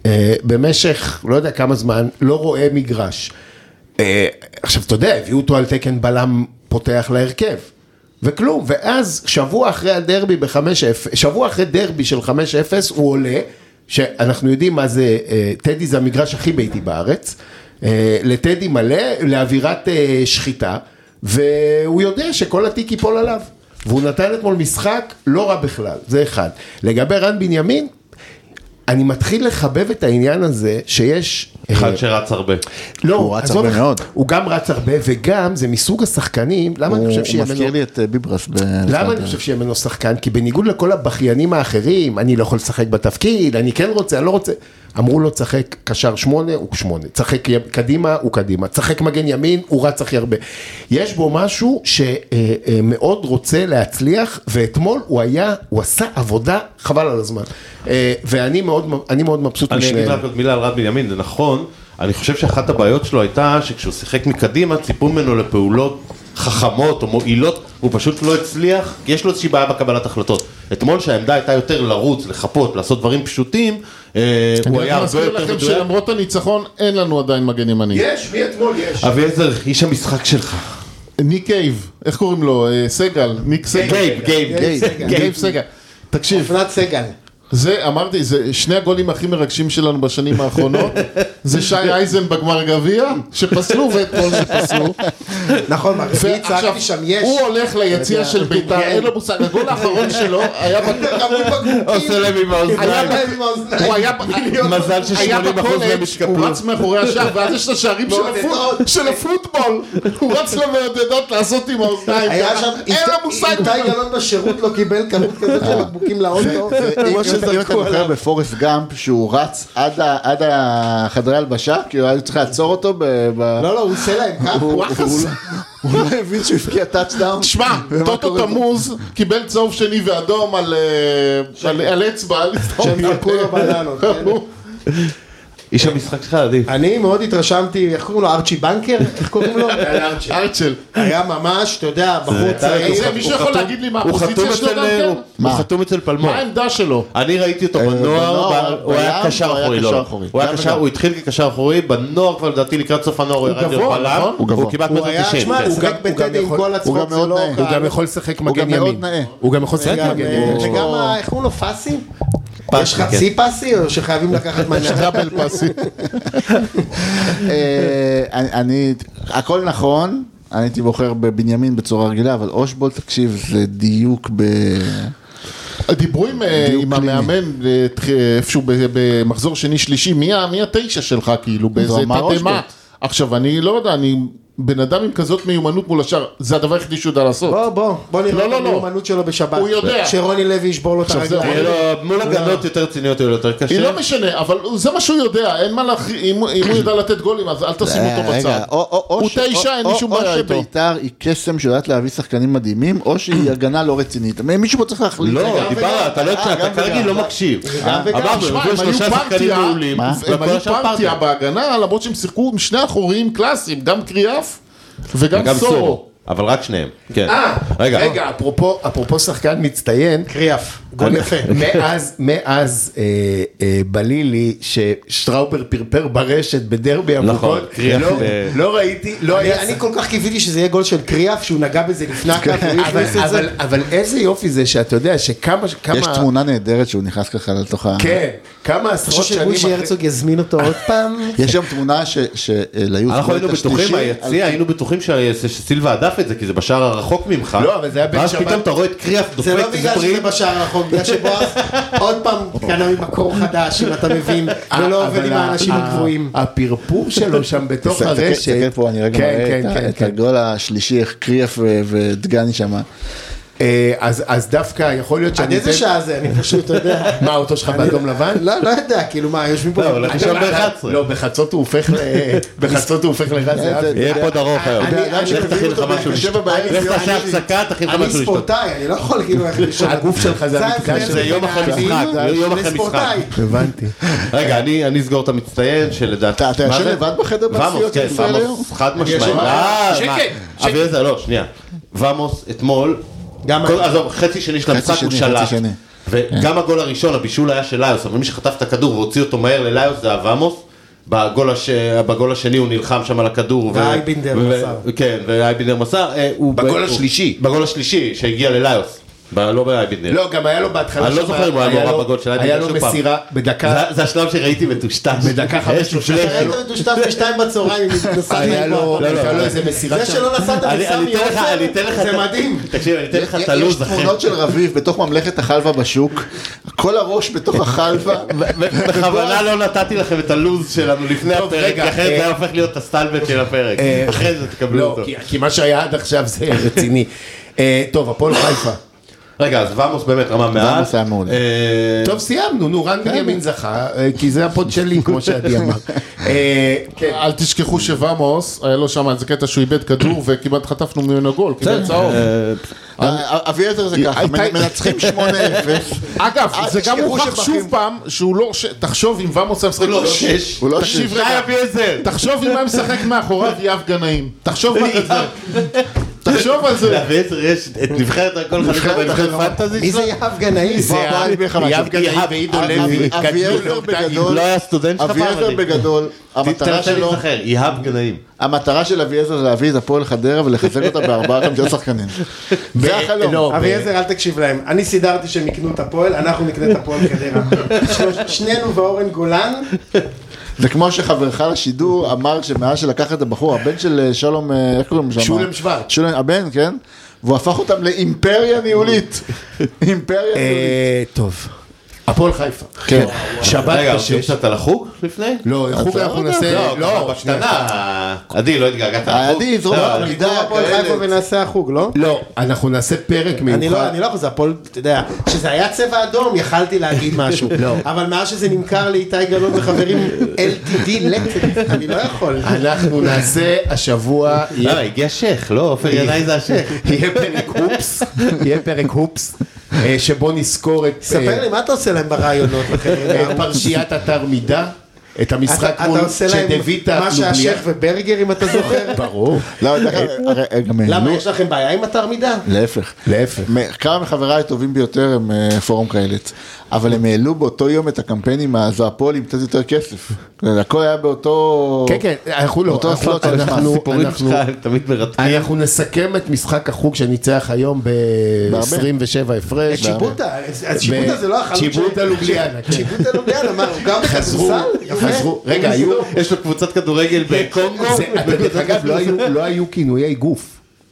במשך לא יודע כמה זמן, לא רואה מגרש. עכשיו אתה יודע, הביאו אותו על תקן בלם פותח להרכב וכלום, ואז שבוע אחרי הדרבי שבוע אחרי דרבי של 5-0 הוא עולה, שאנחנו יודעים מה זה, טדי זה המגרש הכי ביתי בארץ, לטדי מלא, לאווירת שחיטה, והוא יודע שכל התיק ייפול עליו, והוא נתן אתמול משחק לא רע בכלל, זה אחד. לגבי רן בנימין, אני מתחיל לחבב את העניין הזה שיש... אחד שרץ הרבה. לא, הוא רץ הרבה מאוד. הוא גם רץ הרבה, וגם זה מסוג השחקנים, למה אני חושב שיהיה הוא מזכיר לי את ביברס. למה אני חושב שיהיה ממנו שחקן? כי בניגוד לכל הבכיינים האחרים, אני לא יכול לשחק בתפקיד, אני כן רוצה, אני לא רוצה. אמרו לו, צחק קשר 8, הוא 8. צחק קדימה, הוא קדימה. צחק מגן ימין, הוא רץ הכי הרבה. יש בו משהו שמאוד רוצה להצליח, ואתמול הוא עשה עבודה חבל על הזמן. ואני מאוד מבסוט אני אגיד רק עוד מילה על רן בנימין, זה נכון. אני חושב שאחת הבעיות שלו הייתה שכשהוא שיחק מקדימה, ציפו ממנו לפעולות חכמות או מועילות, הוא פשוט לא הצליח, כי יש לו איזושהי בעיה בקבלת החלטות. אתמול שהעמדה הייתה יותר לרוץ, לחפות, לעשות דברים פשוטים, הוא היה הרבה יותר אני מזכיר לכם שלמרות הניצחון, אין לנו עדיין מגן ימני. יש, מי אתמול יש? אביעזר, איש המשחק שלך. ניק קייב, איך קוראים לו? סגל, ניק סגל. גייב סגל. תקשיב. אופנת סגל. זה, אמרתי, זה שני הגולים הכי מרגשים שלנו בשנים האחרונות, זה שי אייזן בגמר גביע, שפסלו ואתמול זה פסלו. נכון, מרבי צעקתי שם יש. הוא הולך ליציאה של בית"ר, אין לו מושג, הגול האחרון שלו היה עושה לב עם האוזניים. מזל ש80% מהם השקפלו. הוא רץ מאחורי השער, ואז יש את השערים של הפוטבול, הוא רץ למעודדות לעשות עם האוזניים, אין לו מושג. איתי גלאון בשירות לא קיבל כמות כזאת של בקבוקים לאוטו. אם אתה זוכר בפורסט גאמפ שהוא רץ עד החדרי הלבשה, כי הוא היה צריך לעצור אותו לא, הוא עושה להם ככה. הוא לא הבין שהוא הפקיע טאצ'דאון. תשמע, טוטו תמוז קיבל צהוב שני ואדום על אצבע. שהם זרקו לו בננות. איש המשחק שלך, עדי. אני מאוד התרשמתי, איך קוראים לו? ארצ'י בנקר? איך קוראים לו? ארצ'ל. היה ממש, אתה יודע, בחור צעיר. מישהו יכול להגיד לי מה הפוזיציה שלו גם כן? הוא חתום אצל פלמור. מה העמדה שלו? אני ראיתי אותו בנוער, הוא היה קשר אחורי, הוא התחיל כקשר אחורי, בנוער כבר לדעתי לקראת סוף הנוער, הוא ירד להיות בלם, הוא כמעט הוא היה, שמע, הוא שיחק בטדי עם כל הצחוק שלו. הוא גם יכול לשחק מגן ימין. הוא גם יכול לשחק מגן ימין. וגם, איך קוראים לו? פאסי? יש חצי פסי או שחייבים לקחת מהנהל? יש דאבל פסי. הכל נכון, אני הייתי בוחר בבנימין בצורה רגילה, אבל אושבולט, תקשיב, זה דיוק דיברו עם המאמן איפשהו במחזור שני שלישי, מי התשע שלך כאילו, באיזה תדמה. עכשיו אני לא יודע, אני בן אדם עם כזאת מיומנות מול השאר, זה הדבר היחידי שהוא יודע לעשות. בוא נראה את המיומנות שלו בשבת. הוא יודע. שרוני לוי ישבור לו את הרגליים. מול הגנות יותר ציניות או יותר קשה. היא לא משנה, אבל זה מה שהוא יודע, אין מה אם הוא יודע לתת גולים, אז אל תשים אותו בצד. הוא תשע, אין מישהו בעיה איתו. או שביתר היא קסם שיודעת להביא שחקנים מדהימים, או שהיא הגנה לא רצינית. מישהו פה צריך להחליט. לא, דיברה, אתה כרגיל לא מקשיב. אמרנו, הם היו פרטיה בהגנה, למרות שהם שיחקו עם שני אחוריים קלאסיים, גם קריאף וגם סורו. אבל רק שניהם, כן. רגע, אפרופו שחקן מצטיין, קריאף, גול יפה. מאז בלילי ששטראובר פרפר ברשת בדרבי נכון, אבוקות, קריאף לא ראיתי, לא היה... אני כל כך קיוויתי שזה יהיה גול של קריאף, שהוא נגע בזה לפני הקו, אבל איזה יופי זה שאתה יודע שכמה... יש תמונה נהדרת שהוא נכנס ככה לתוך ה... כן, כמה עשרות שנים... שבוז'י הרצוג יזמין אותו עוד פעם. יש גם תמונה שליוז... אנחנו היינו בטוחים, היציע, היינו בטוחים שסילבה הדף את זה, כי זה בשער הרחוק ממך. לא, אבל זה היה בן ואז שבת. פתאום אתה רואה את קריאף דופק זה את לא בגלל שזה בשער הרחוק, בגלל שבועז עוד פעם קנה ממקור חדש, אם אתה מבין, ולא עובד עם האנשים הקבועים. הפרפור שלו שם בתוך הרשת. תסתכל פה, אני רגע מראה את הגול השלישי, איך קריאף ודגני שם. אז דווקא יכול להיות שאני... עד איזה שעה זה? אני פשוט יודע. מה, האוטו שלך באדום לבן? לא יודע, כאילו מה, יושבים פה... לא, הולך לשם ב-11. לא, בחצות הוא הופך לרז זהבי. יהיה פה דרוך היום. לך תכין לך משהו לשתות. לך תעשה הפסקה, תכין לך אני משהו לשתות. ספורטאי, אני לא יכול כאילו... הגוף שלך זה המקדש זה יום אחרי משחק, יום אחרי משחק. הבנתי. רגע, אני אסגור את המצטיין שלדעתי... אתה ישן לבד בחדר ומוס, בסיעות כן, ישראל היום? ומוס, חד משמעית. שקט, אביעזר, לא, שנייה. ומוס, אתמול, עזוב, חצי שני של המשחק הוא שלט. וגם הגול הראשון, הבישול היה של ליוס, אבל מי שחטף את הכדור והוציא אותו מהר לליוס זה הוומוס. בגול השני הוא נלחם שם על הכדור. ואייבינדר מסר. כן, ואייבינדר מסר. בגול השלישי. בגול השלישי שהגיע לליוס. לא באייבינדר. לא, גם היה לו בהתחלה... אני לא זוכר אם הוא היה מעורב בגול של היה אייבינדר לו שוב מסירה בדקה... זה השלב שראיתי מטושטש. בדקה 5 ראית מטושטש ב2 בצהריים, היה לו איזה מסירה... זה שלא נסעת בסמי עופר, זה מדהים. תקשיב, אני אתן לך את הלוז יש תמונות של רביב בתוך ממלכת החלבה בשוק, כל הראש בתוך החלבה. בכוונה לא נתתי לכם את הלוז שלנו לפני הפרק, כי אחרת זה היה הופך להיות הסטלבט של הפרק. אחרי זה תקבלו אותו. כי מה שהיה עד עכשיו זה רציני. טוב, הפועל חיפה. רגע, אז ומוס באמת רמה מעל. ומוס היה מעולה. טוב, סיימנו, נו, רן בנימין זכה, כי זה הפוד שלי, כמו שעדי אמר. אל תשכחו שוואמוס, היה לו שם איזה קטע שהוא איבד כדור וכמעט חטפנו ממנו גול, קיבל צהוב. אביעזר זה ככה, מנצחים 8-0. אגב, זה גם הוכח שוב פעם שהוא לא, תחשוב אם ואמוס היה משחק, הוא לא תקשיב שש. רגע, תחשוב אם היה משחק מאחוריו יאב גנאים, תחשוב רק על זה, תחשוב על זה. לאביעזר יש את נבחרת הכל חלילה בנבחרת פנטזי מי שלו? זה יהב גנאי? זה יאב גנאים ועידו לוי, אביעזר בגדול, לא היה סטודנט שלך פעם? אביעזר בגדול, המטרה שלו, יהב גנאים. המטרה של אביעזר זה להביא את הפועל חדרה ולחזק אותה ב4-5 שחקנים. זה החלום. אביעזר אל תקשיב להם, אני סידרתי שהם יקנו את הפועל, אנחנו נקנה את הפועל חדרה. שנינו ואורן גולן. זה כמו שחברך לשידור אמר שמאז שלקח את הבחור, הבן של שלום, איך קוראים שם? שולם שוורץ. הבן, כן? והוא הפך אותם לאימפריה ניהולית. אימפריה ניהולית. טוב. הפועל חיפה. כן. שבת רגע, בשש. רוצים קצת על החוג לפני? לא, חוג אנחנו נעשה... לא, בקטנה. עדי, לא התגעגעת על החוג? עדי, זרום לא, עמידה, הפועל חיפה ונעשה החוג, לא? לא, אנחנו נעשה פרק אני מיוחד. לא יכול, זה הפועל, אתה יודע, שזה היה צבע אדום, יכלתי להגיד משהו. אבל מאז שזה נמכר לאיתי גלון וחברים LTD, אני לא יכול. אנחנו נעשה השבוע... הגיע שייך, לא? עופר ינאי זה השייך. יהיה פרק הופס, שבו נזכור את... ספר לי, מה אתה עושה להם ברעיונות? את פרשיית אתר מידה, את המשחק אתה עושה להם מה שהשייך וברגר, אם אתה זוכר? ברור. למה, יש לכם בעיה עם אתר מידה? להפך. כמה מחבריי הטובים ביותר הם פורום קהלת, אבל הם העלו באותו יום את הקמפיינים הזאפול עם קצת יותר כסף. הכל היה באותו... כן, כן, אנחנו לא, הסיפורים שלך הם תמיד מרתקים. אנחנו נסכם את משחק החוג שניצח היום ב-27 הפרש. את שיבוטה, אז שיבוטה זה לא החלוץ של... שיבוטה לוליאנה. שיבוטה לוליאנה, מה, הוא גם בכדורסל? חזרו, רגע, היו... יש לו קבוצת כדורגל בקונגו. דרך אגב, לא היו כינויי גוף.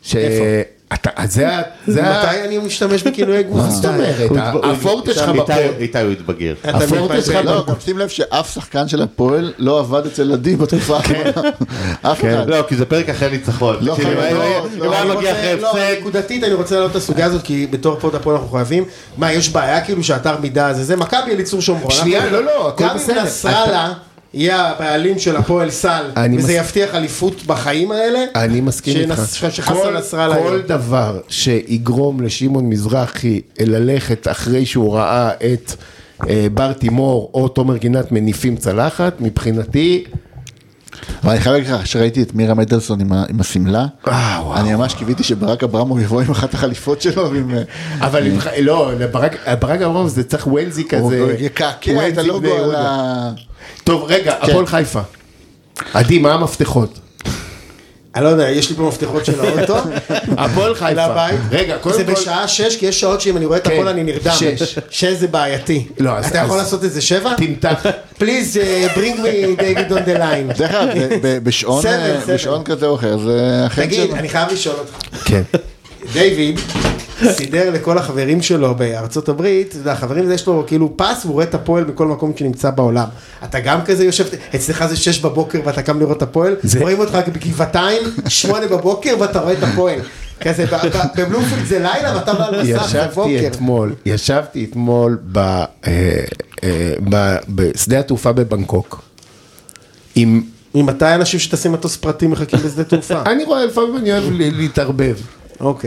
מתי אני משתמש בכינויי גוף? זאת אומרת, הפורטה שלך בפועל. איתי הוא התבגר. הפורטה שלך לא, גם שים לב שאף שחקן של הפועל לא עבד אצל עדי בתקופה האחרונה. אף אחד. לא, כי זה פרק אחרי ניצחון. לא, אם היה מגיע אחרי הפסק. נקודתית אני רוצה להעלות את הסוגיה הזאת, כי בתור פוד הפועל אנחנו חייבים. מה, יש בעיה כאילו שאתר מידע זה מכבי אליצור שומרון. שנייה, לא, הכל גם בסדר. אם נסראללה יהיה הבעלים של הפועל סל, וזה יבטיח אליפות בחיים האלה. אני מסכים איתך. כל דבר שיגרום לשמעון מזרחי ללכת אחרי שהוא ראה את בר תימור או תומר גינת מניפים צלחת, מבחינתי אבל אני חייב להגיד לך, שראיתי את מירה מדלסון עם הסמלה, אני ממש קיוויתי שברק אברמוב יבוא עם אחת החליפות שלו, אבל לא, ברק אברמוב זה צריך ווילזי כזה. הוא יקעקע את הלוגו על ה... טוב, רגע, הפועל חיפה. עדי, מה המפתחות? אני לא יודע, יש לי פה מפתחות של האוטו. הפועל חיפה. לבית. רגע, קודם זה כל... בשעה 6, כי יש שעות שאם אני רואה את הכל אני נרדם. 6 זה בעייתי. לא, אז... אתה יכול לעשות איזה 7? תמתח. Please bring me David on the line. דרך אגב, בשעון כזה או אחר, זה החן תגיד, שלו. אני חייב לשאול אותך. כן. דיוויד סידר לכל החברים שלו בארצות הברית, החברים הזה יש לו כאילו פס, והוא רואה את הפועל בכל מקום שנמצא בעולם. אתה גם כזה יושב, אצלך זה 6 בבוקר ואתה קם לראות את הפועל, רואים אותך בגבעתיים, 8 בבוקר ואתה רואה את הפועל. כזה, בבלומפילד זה לילה ואתה בא על מסך בבוקר. ישבתי אתמול בשדה התעופה בבנקוק. עם מתי אנשים שטסים מטוס פרטי מחכים בשדה תעופה? אני רואה, לפעמים אני אוהב להתערבב. אוקיי.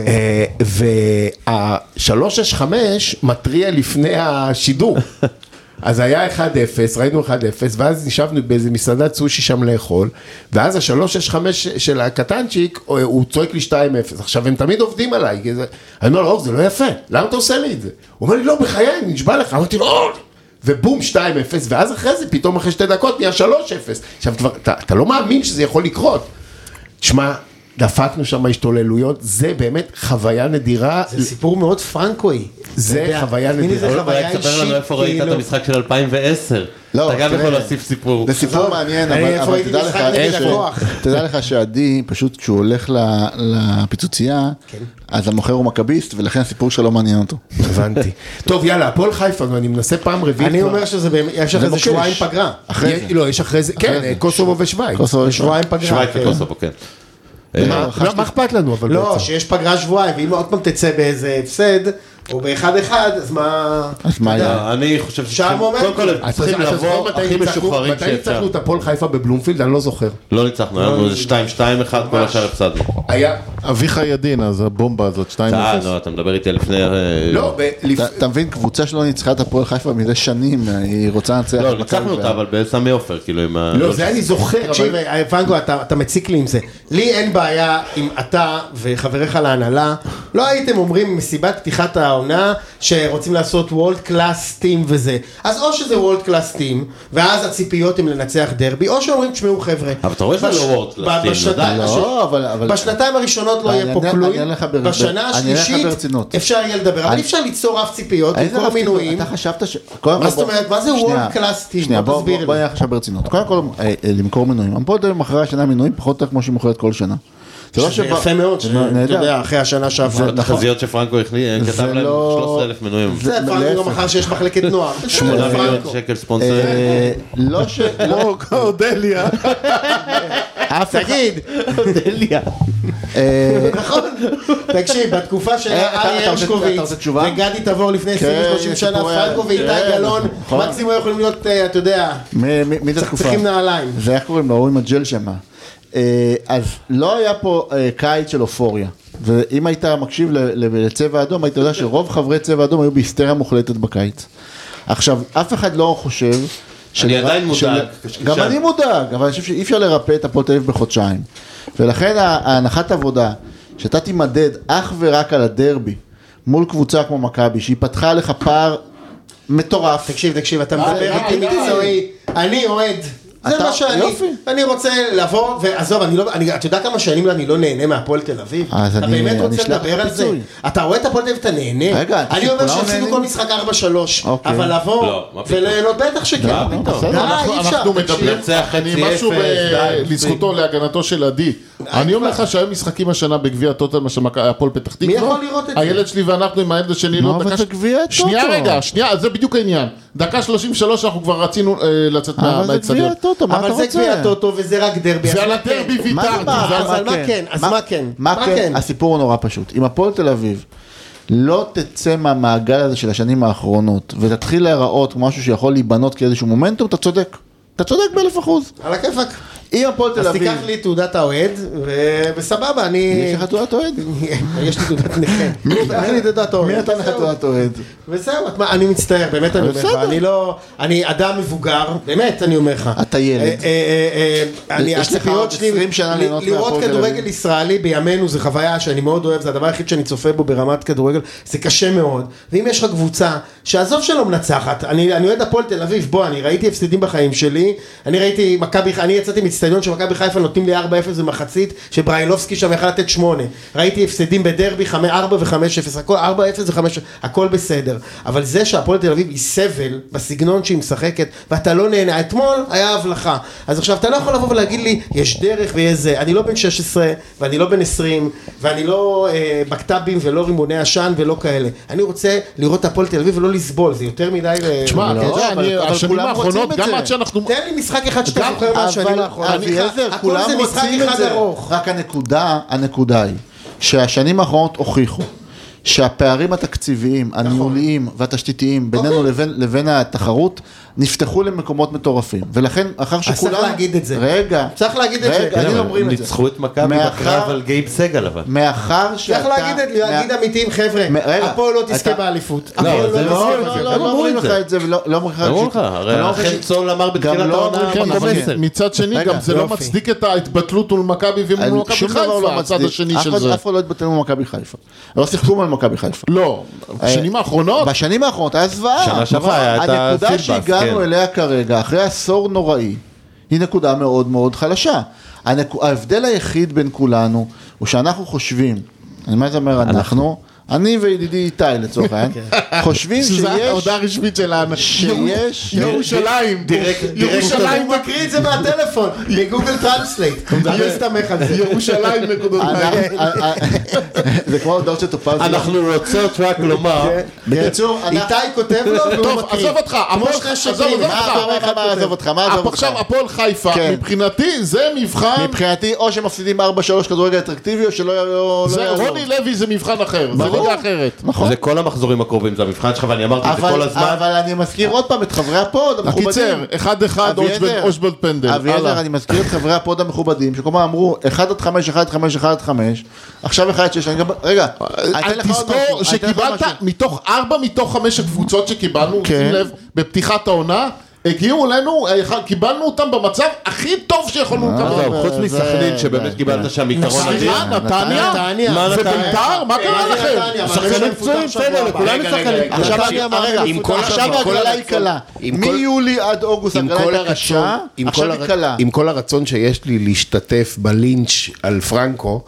וה-365 מטריע לפני השידור. אז היה 1-0, ראינו 1-0, ואז נשבנו באיזה מסעדת סושי שם לאכול, ואז ה-365 של הקטנצ'יק, הוא צועק לי 2-0. עכשיו, הם תמיד עובדים עליי, אני אומר לו, זה לא יפה, למה אתה עושה לי את זה? הוא אומר לי, לא, בחיי, נשבע לך, אמרתי לו, ובום, 2-0, ואז אחרי זה, פתאום אחרי 2 דקות, נהיה 3-0. עכשיו, אתה לא מאמין שזה יכול לקרות. תשמע, דפקנו שם השתוללויות, זה באמת חוויה נדירה. זה סיפור מאוד פרנקוי. זה חוויה נדירה. זה חוויה אישית. תספר לנו איפה ראית את המשחק של 2010. אתה גם יכול להוסיף סיפור. זה סיפור מעניין, אבל תדע לך שעדי, פשוט כשהוא הולך לפיצוצייה, אז המוכר הוא מכביסט, ולכן הסיפור שלו מעניין אותו. הבנתי. טוב, יאללה, הפועל חיפה, ואני מנסה פעם רביעית. אני אומר שזה באמת, יש אחרי זה שבועיים פגרה. לא, יש אחרי זה, כן, קוסובו ושווייץ. שבועיים פגרה. שווייץ וקוסובו, כן. מה אכפת לנו, אבל לא, בעצם. שיש פגרה שבועיים, ואם עוד פעם תצא באיזה הפסד, או ב-1-1, אז מה... אני חושב שם אומר. קודם כל, צריכים לבוא הכי משוחררים מתי שאפשר. ניצחנו את הפועל חיפה בבלומפילד? אני לא זוכר. לא ניצחנו, היה לנו 2-2-1, כל השאר הפסדנו. היה... אביחי ידין, אז הבומבה הזאת, 2-0. לא, אתה מדבר איתי על לפני... לא, אתה מבין, קבוצה שלא ניצחה את הפועל חיפה מזה שנים, היא רוצה לנצח. לא, ניצחנו אותה, אבל בסמי עופר, כאילו עם ה... לא, זה אני זוכר, תקשיב, פנגו, אתה מציק לי עם זה. לי אין בעיה אם אתה וחבריך להנהלה, לא הייתם אומרים מסיבת פתיחת העונה, שרוצים לעשות וולד קלאס טים וזה. אז או שזה וולד קלאס טים, ואז הציפיות הם לנצח דרבי, או שאומרים, תשמעו חבר'ה. אבל אתה רואה שזה לא וולד קלאס טים, בשנתיים הראשונות לא יהיה פה כלום, בשנה השלישית אפשר יהיה לדבר, אבל אי אפשר ליצור אף ציפיות, עם כל המינויים. אתה חשבת ש... מה זאת אומרת, מה זה וולד קלאס טים? שנייה, בוא נהיה עכשיו ברצינות. קודם כל, למכור מינויים. הפועל תל אביב אחרי השנה מינויים, פחות או כמו שהיא מוכרת כל שנה. זה יפה מאוד, אתה יודע, אחרי השנה שעברה. התחזיות שפרנקו כתב להם 13,000 מנויים. זה פרנקו גם אחר שיש מחלקת נוער. 8 מיליון שקל ספונסר. לא ש... אודליה. תגיד. אודליה. נכון. תקשיב, בתקופה של ארי הרשקוביץ וגדי תבור לפני 20-30 שנה, פרנקו ואיתי גלון, מקסימום יכולים להיות, אתה יודע, צריכים נעליים. זה איך קוראים לו, הוא עם הג'ל שמה. אז לא היה פה קיץ של אופוריה, ואם היית מקשיב לצבע אדום, היית יודע שרוב חברי צבע אדום היו בהיסטריה מוחלטת בקיץ. עכשיו, אף אחד לא חושב... אני עדיין מודאג. גם אני מודאג, אבל אני חושב שאי אפשר לרפא את הפועל תל אביב בחודשיים. ולכן ההנחת עבודה, שאתה תימדד אך ורק על הדרבי, מול קבוצה כמו מכבי, שהיא פתחה לך פער מטורף. תקשיב, אתה מדבר איתי מקצועי, אני אוהד. זה מה שאני רוצה לבוא, ועזוב, אתה יודע כמה שנים אני לא נהנה מהפועל תל אביב? אתה באמת רוצה לדבר על זה? אתה רואה את הפועל תל אביב, אתה נהנה? אני אומר שהפסידו כל משחק 4-3, אבל לבוא וליהנות בטח שכן. אנחנו מדברים, אני משהו לזכותו להגנתו של עדי. אני אומר לך שהיו משחקים השנה בגביע הטוטו, הפועל פתח תקווה. מי יכול לראות את זה? הילד שלי ואנחנו עם הילד השני לא דקה... שנייה רגע, זה בדיוק העניין. דקה 33 אנחנו כבר רצינו לצאת מהאצטדיון. אבל זה גביע הטוטו וזה רק דרבי. ועל הדרבי ויתרתי. אז מה כן? הסיפור הוא נורא פשוט. אם הפועל תל אביב לא תצא מהמעגל הזה של השנים האחרונות, ותתחיל להיראות משהו שיכול להיבנות כאיזשהו מומנטום, אתה צודק. אתה צודק ב1,000%. על הכיפק. אם הפועל תל אז אביב... תיקח לי תעודת האוהד, וסבבה, אני... יש לך תעודת אוהד? יש לי תעודת נכה. תיקח לי תעודת האוהד. מי נתן לך תעודת אוהד? וזהו, אני מצטער, באמת אני אומר לך, אני לא... אני אדם מבוגר, באמת אני אומר לך. אתה ילד. יש לך עוד 20 שנה ליהנות לראות מהפועל תל כדורגל אביב. ישראלי בימינו זה חוויה שאני מאוד אוהב, זה הדבר היחיד שאני צופה בו ברמת כדורגל, זה קשה מאוד. ואם יש לך קבוצה שעזוב שלא מנצחת, אני אוהד הפועל תל אביב, בוא, אני ראיתי הפסדים בחיים שלי, אני יצאתי מצטדיון שמכבי חיפה נותנים לי 4-0 במחצית, שבריילובסקי שם יכל לתת 8. ראיתי הפסדים בדרבי 4 ו-5-0, הכל 4-0 ו-5, הכל בסדר. אבל זה שהפועל תל אביב היא סבל בסגנון שהיא משחקת, ואתה לא נהנה, אתמול היה הבלחה. אז עכשיו אתה לא יכול לבוא ולהגיד לי, יש דרך ויש זה, אני לא בן 16, ואני לא בן 20, ואני לא בקטבים ולא רימוני עשן ולא כאלה. אני רוצה לראות את הפועל תל אביב ולא לסבול, זה יותר מדי... תשמע, השנים כולם האחרונות, רוצים את גם זה. עד שאנחנו... תן לי משחק אחד שאתה זוכר מהשנים האחרונות. אביעזר, הכל כולם זה משחק רוצים את אחד זה. ארוך. רק הנקודה היא, שהשנים האחרונות הוכיחו, שהפערים התקציביים, הניהוליים והתשתיתיים בינינו לבין התחרות, נפתחו למקומות מטורפים. ולכן, אחר שכולם... צריך להגיד את זה. רגע. צריך להגיד את זה. רגע, אני לא אומרים את זה. ניצחו את מכבי בקרב על גייב סגל אבל. מאחר שאתה... צריך להגיד אמיתיים, חבר'ה, הפועל לא תזכה באליפות. לא, זה לא אומרים לך את זה, ולא אומרים לך... אמרו לך, הרי חן צול אמר בתחילת העונה במסר. מצד שני, גם זה לא מצדיק את ההתבטלות מול מכבי ומול מכבי חיפה, הצד השני של זה. אף אחד לא התבטל מול מכבי חיפה. לא שיחקו מול מכבי חיפה. לא, בשנים האחרונות? בשנים האחרונות היה זוועה. שנה שעברה היה את הנקודה הסילבאס, שהגענו כן. אליה כרגע, אחרי עשור נוראי, היא נקודה מאוד מאוד חלשה. ההבדל היחיד בין כולנו, הוא שאנחנו חושבים, אני מה זה אומר אנחנו, אני וידידי איתי לצורך העניין, חושבים שזה שיש... ההודעה הרשמית של האנשים. ירושלים. הוא מקריא את זה מהטלפון, מגוגל טרנסלייט. אני מסתמך על זה. ירושלים נקודות. זה כמו ההודעות שטופז. אנחנו רוצות רק לומר. בקיצור, איתי כותב לו והוא טוב, מקריא. עזוב אותך. עזוב אותך, מה עזוב אותך? עכשיו הפועל חיפה, כן. מבחינתי זה מבחן, מבחינתי, או שמפסידים 4-3 כדורגל אטרקטיבי, או שלא... זה רוני לוי זה מבחן אחר, זה ליגה אחרת. נכון. זה כל המחזורים הקרובים, זה המבחן שלך ואני אמרתי את זה כל הזמן. אבל אני מזכיר עוד פעם את חברי הפוד המכובדים. הקיצר, 1-1 אושבולד פנדל. אביעזר, אני מזכיר את חברי הפוד המכובדים, שכל פעם אמרו 1-5, 1-5, 1-5, עכשיו 1-6, רגע, תזכור שקיבלת מתוך 4 מתוך 5 הקבוצות שקיבלנו, שים לב, בפתיחת העונה, הגיעו אלינו, קיבלנו אותם במצב הכי טוב שיכולנו לקבל. חוץ מסכנין שבאמת קיבלת שם יתרון אדיר. נתניה? מה זה בית"ר? מה קרה לכם? שחקנים פצועים, בסדר, לכולם יש שחקנים. עכשיו ההגרלה היא קלה. מיולי עד אוגוסט ההגרלה היא קשה, עכשיו היא קלה. עם כל הרצון שיש לי להשתתף בלינץ' על פרנקו,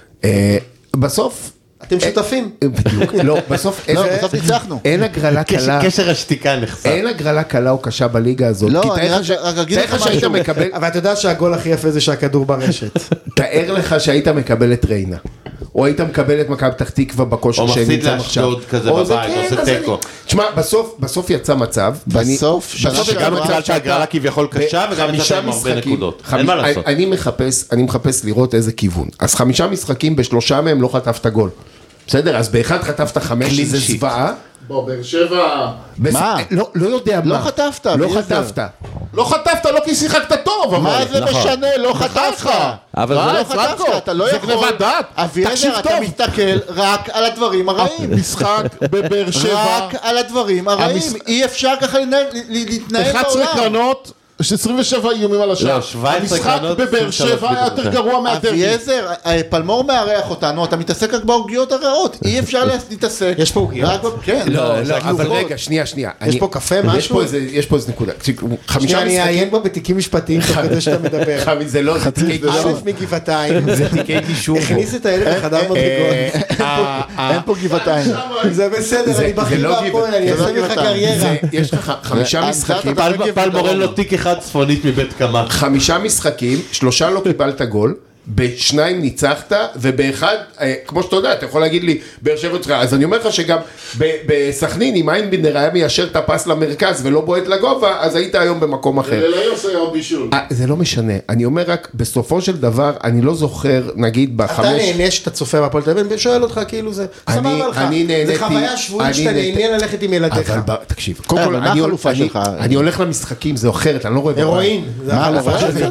בסוף... אתם שותפים. בדיוק. לא, בסוף ניצחנו. אין הגרלה קלה. קשר השתיקה נחשף. אין הגרלה קלה או קשה בליגה הזאת. לא, כי אני רק אגיד לך תאר לך שהיית מקבל... אבל אתה יודע שהגול הכי יפה זה שהכדור ברשת. תאר לך שהיית מקבל את ריינה. או היית מקבל את מכבי פתח תקווה בכושר או מפסיד שנמצא עכשיו. לאשדוד כזה בבית, עושה תיקו. תשמע, בסוף יצא מצב. בסוף, שגם הצלת הגרלה כביכול קשה וגם יצאת עם הרבה נקודות. אין מה לעשות. אני מחפש לראות איזה כיוון. אז 5 משחקים ב3 מהם לא חטפת גול. בסדר, אז באחד חטפת 5, שזה זוועה. בוא, באר שבע... מה? לא יודע מה. לא חטפת. לא חטפת. לא חטפת, לא כי שיחקת טוב, אבל... מה זה משנה? לא חטפת. אבל זה לא לא חטפת, אתה לא זה יכול. גנבת דעת. אביעזר, אתה מסתכל רק על הדברים הרעים. משחק בבאר שבע... רק על הדברים הרעים. אי אפשר ככה להתנהל 11 בעולם. קרנות, 27 איומים על השעה. לא, 17 המשחק קרנות, בבאר שבע היה יותר גרוע מהדרבי. אביעזר, פלמור מארח אותנו, אתה מתעסק רק בעוגיות הרעות. אי אפשר להתעסק. יש פה עוגיות? כן. לא, אבל רגע, שנייה. יש פה קפה, משהו? יש פה איזה נקודה. 5 שנייה, אני משחקים. אעיין בו בתיקים משפטיים תוך כדי שאתה מדבר. חמי, זה לא, זה תיקי קישור. אלף מגבעתיים. זה תיקי קישור. הכניס את הילד לחדר מדרגות. אין פה גבעתיים. זה בסדר, אני בכיר בהפועל, אני אעשה לך קריירה. יש לך 5 משחקים. פל מורן לו תיק אחד צפונית מבית קמה. 5 משחקים, 3 לא קיבלת גול, ב2 ניצחת, ובאחד, כמו שאתה יודע, אתה יכול להגיד לי, באר שבע אותך, אז אני אומר לך שגם בסכנין, אם איינבינדר היה מיישר את הפס למרכז ולא בועט לגובה, אז היית היום במקום אחר. ליוס היה עוד בישול. זה לא משנה, אני אומר רק, בסופו של דבר, אני לא זוכר, נגיד אתה נהנה שאתה צופה בהפועל תל אביב, ושואל אותך כאילו זה, סבבה לך, זה חוויה שבועית שאתה נהנה ללכת עם ילדיך. אבל תקשיב, קודם כל, אני הולך למשחקים, זה אחרת, אני לא רואה... הרואין, זה החלופה שלך. אז תיקח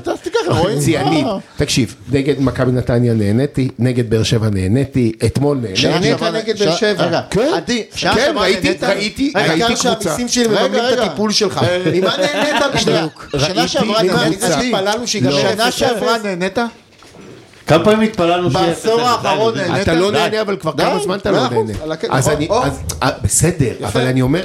ככה, רואים? ציינית. תקשיב, נגד מכבי נתניה נהניתי, נגד באר שבע נהניתי, אתמול נהניתי. נהנית נגד באר שבע. רגע, כן, עדי, כן, ראיתי העיקר קבוצה. שהמיסים שלי מממנים את הטיפול שלך. ממה נהנית בדיוק? שנה שעברה נהנית? התפללנו שיגמר שנה שעברה נהנית? כמה פעמים התפללנו שיהיה... בעשור האחרון נהנית? אתה לא נהנה, אבל כבר כמה זמן אתה לא נהנה. אז אני, בסדר, אבל אני אומר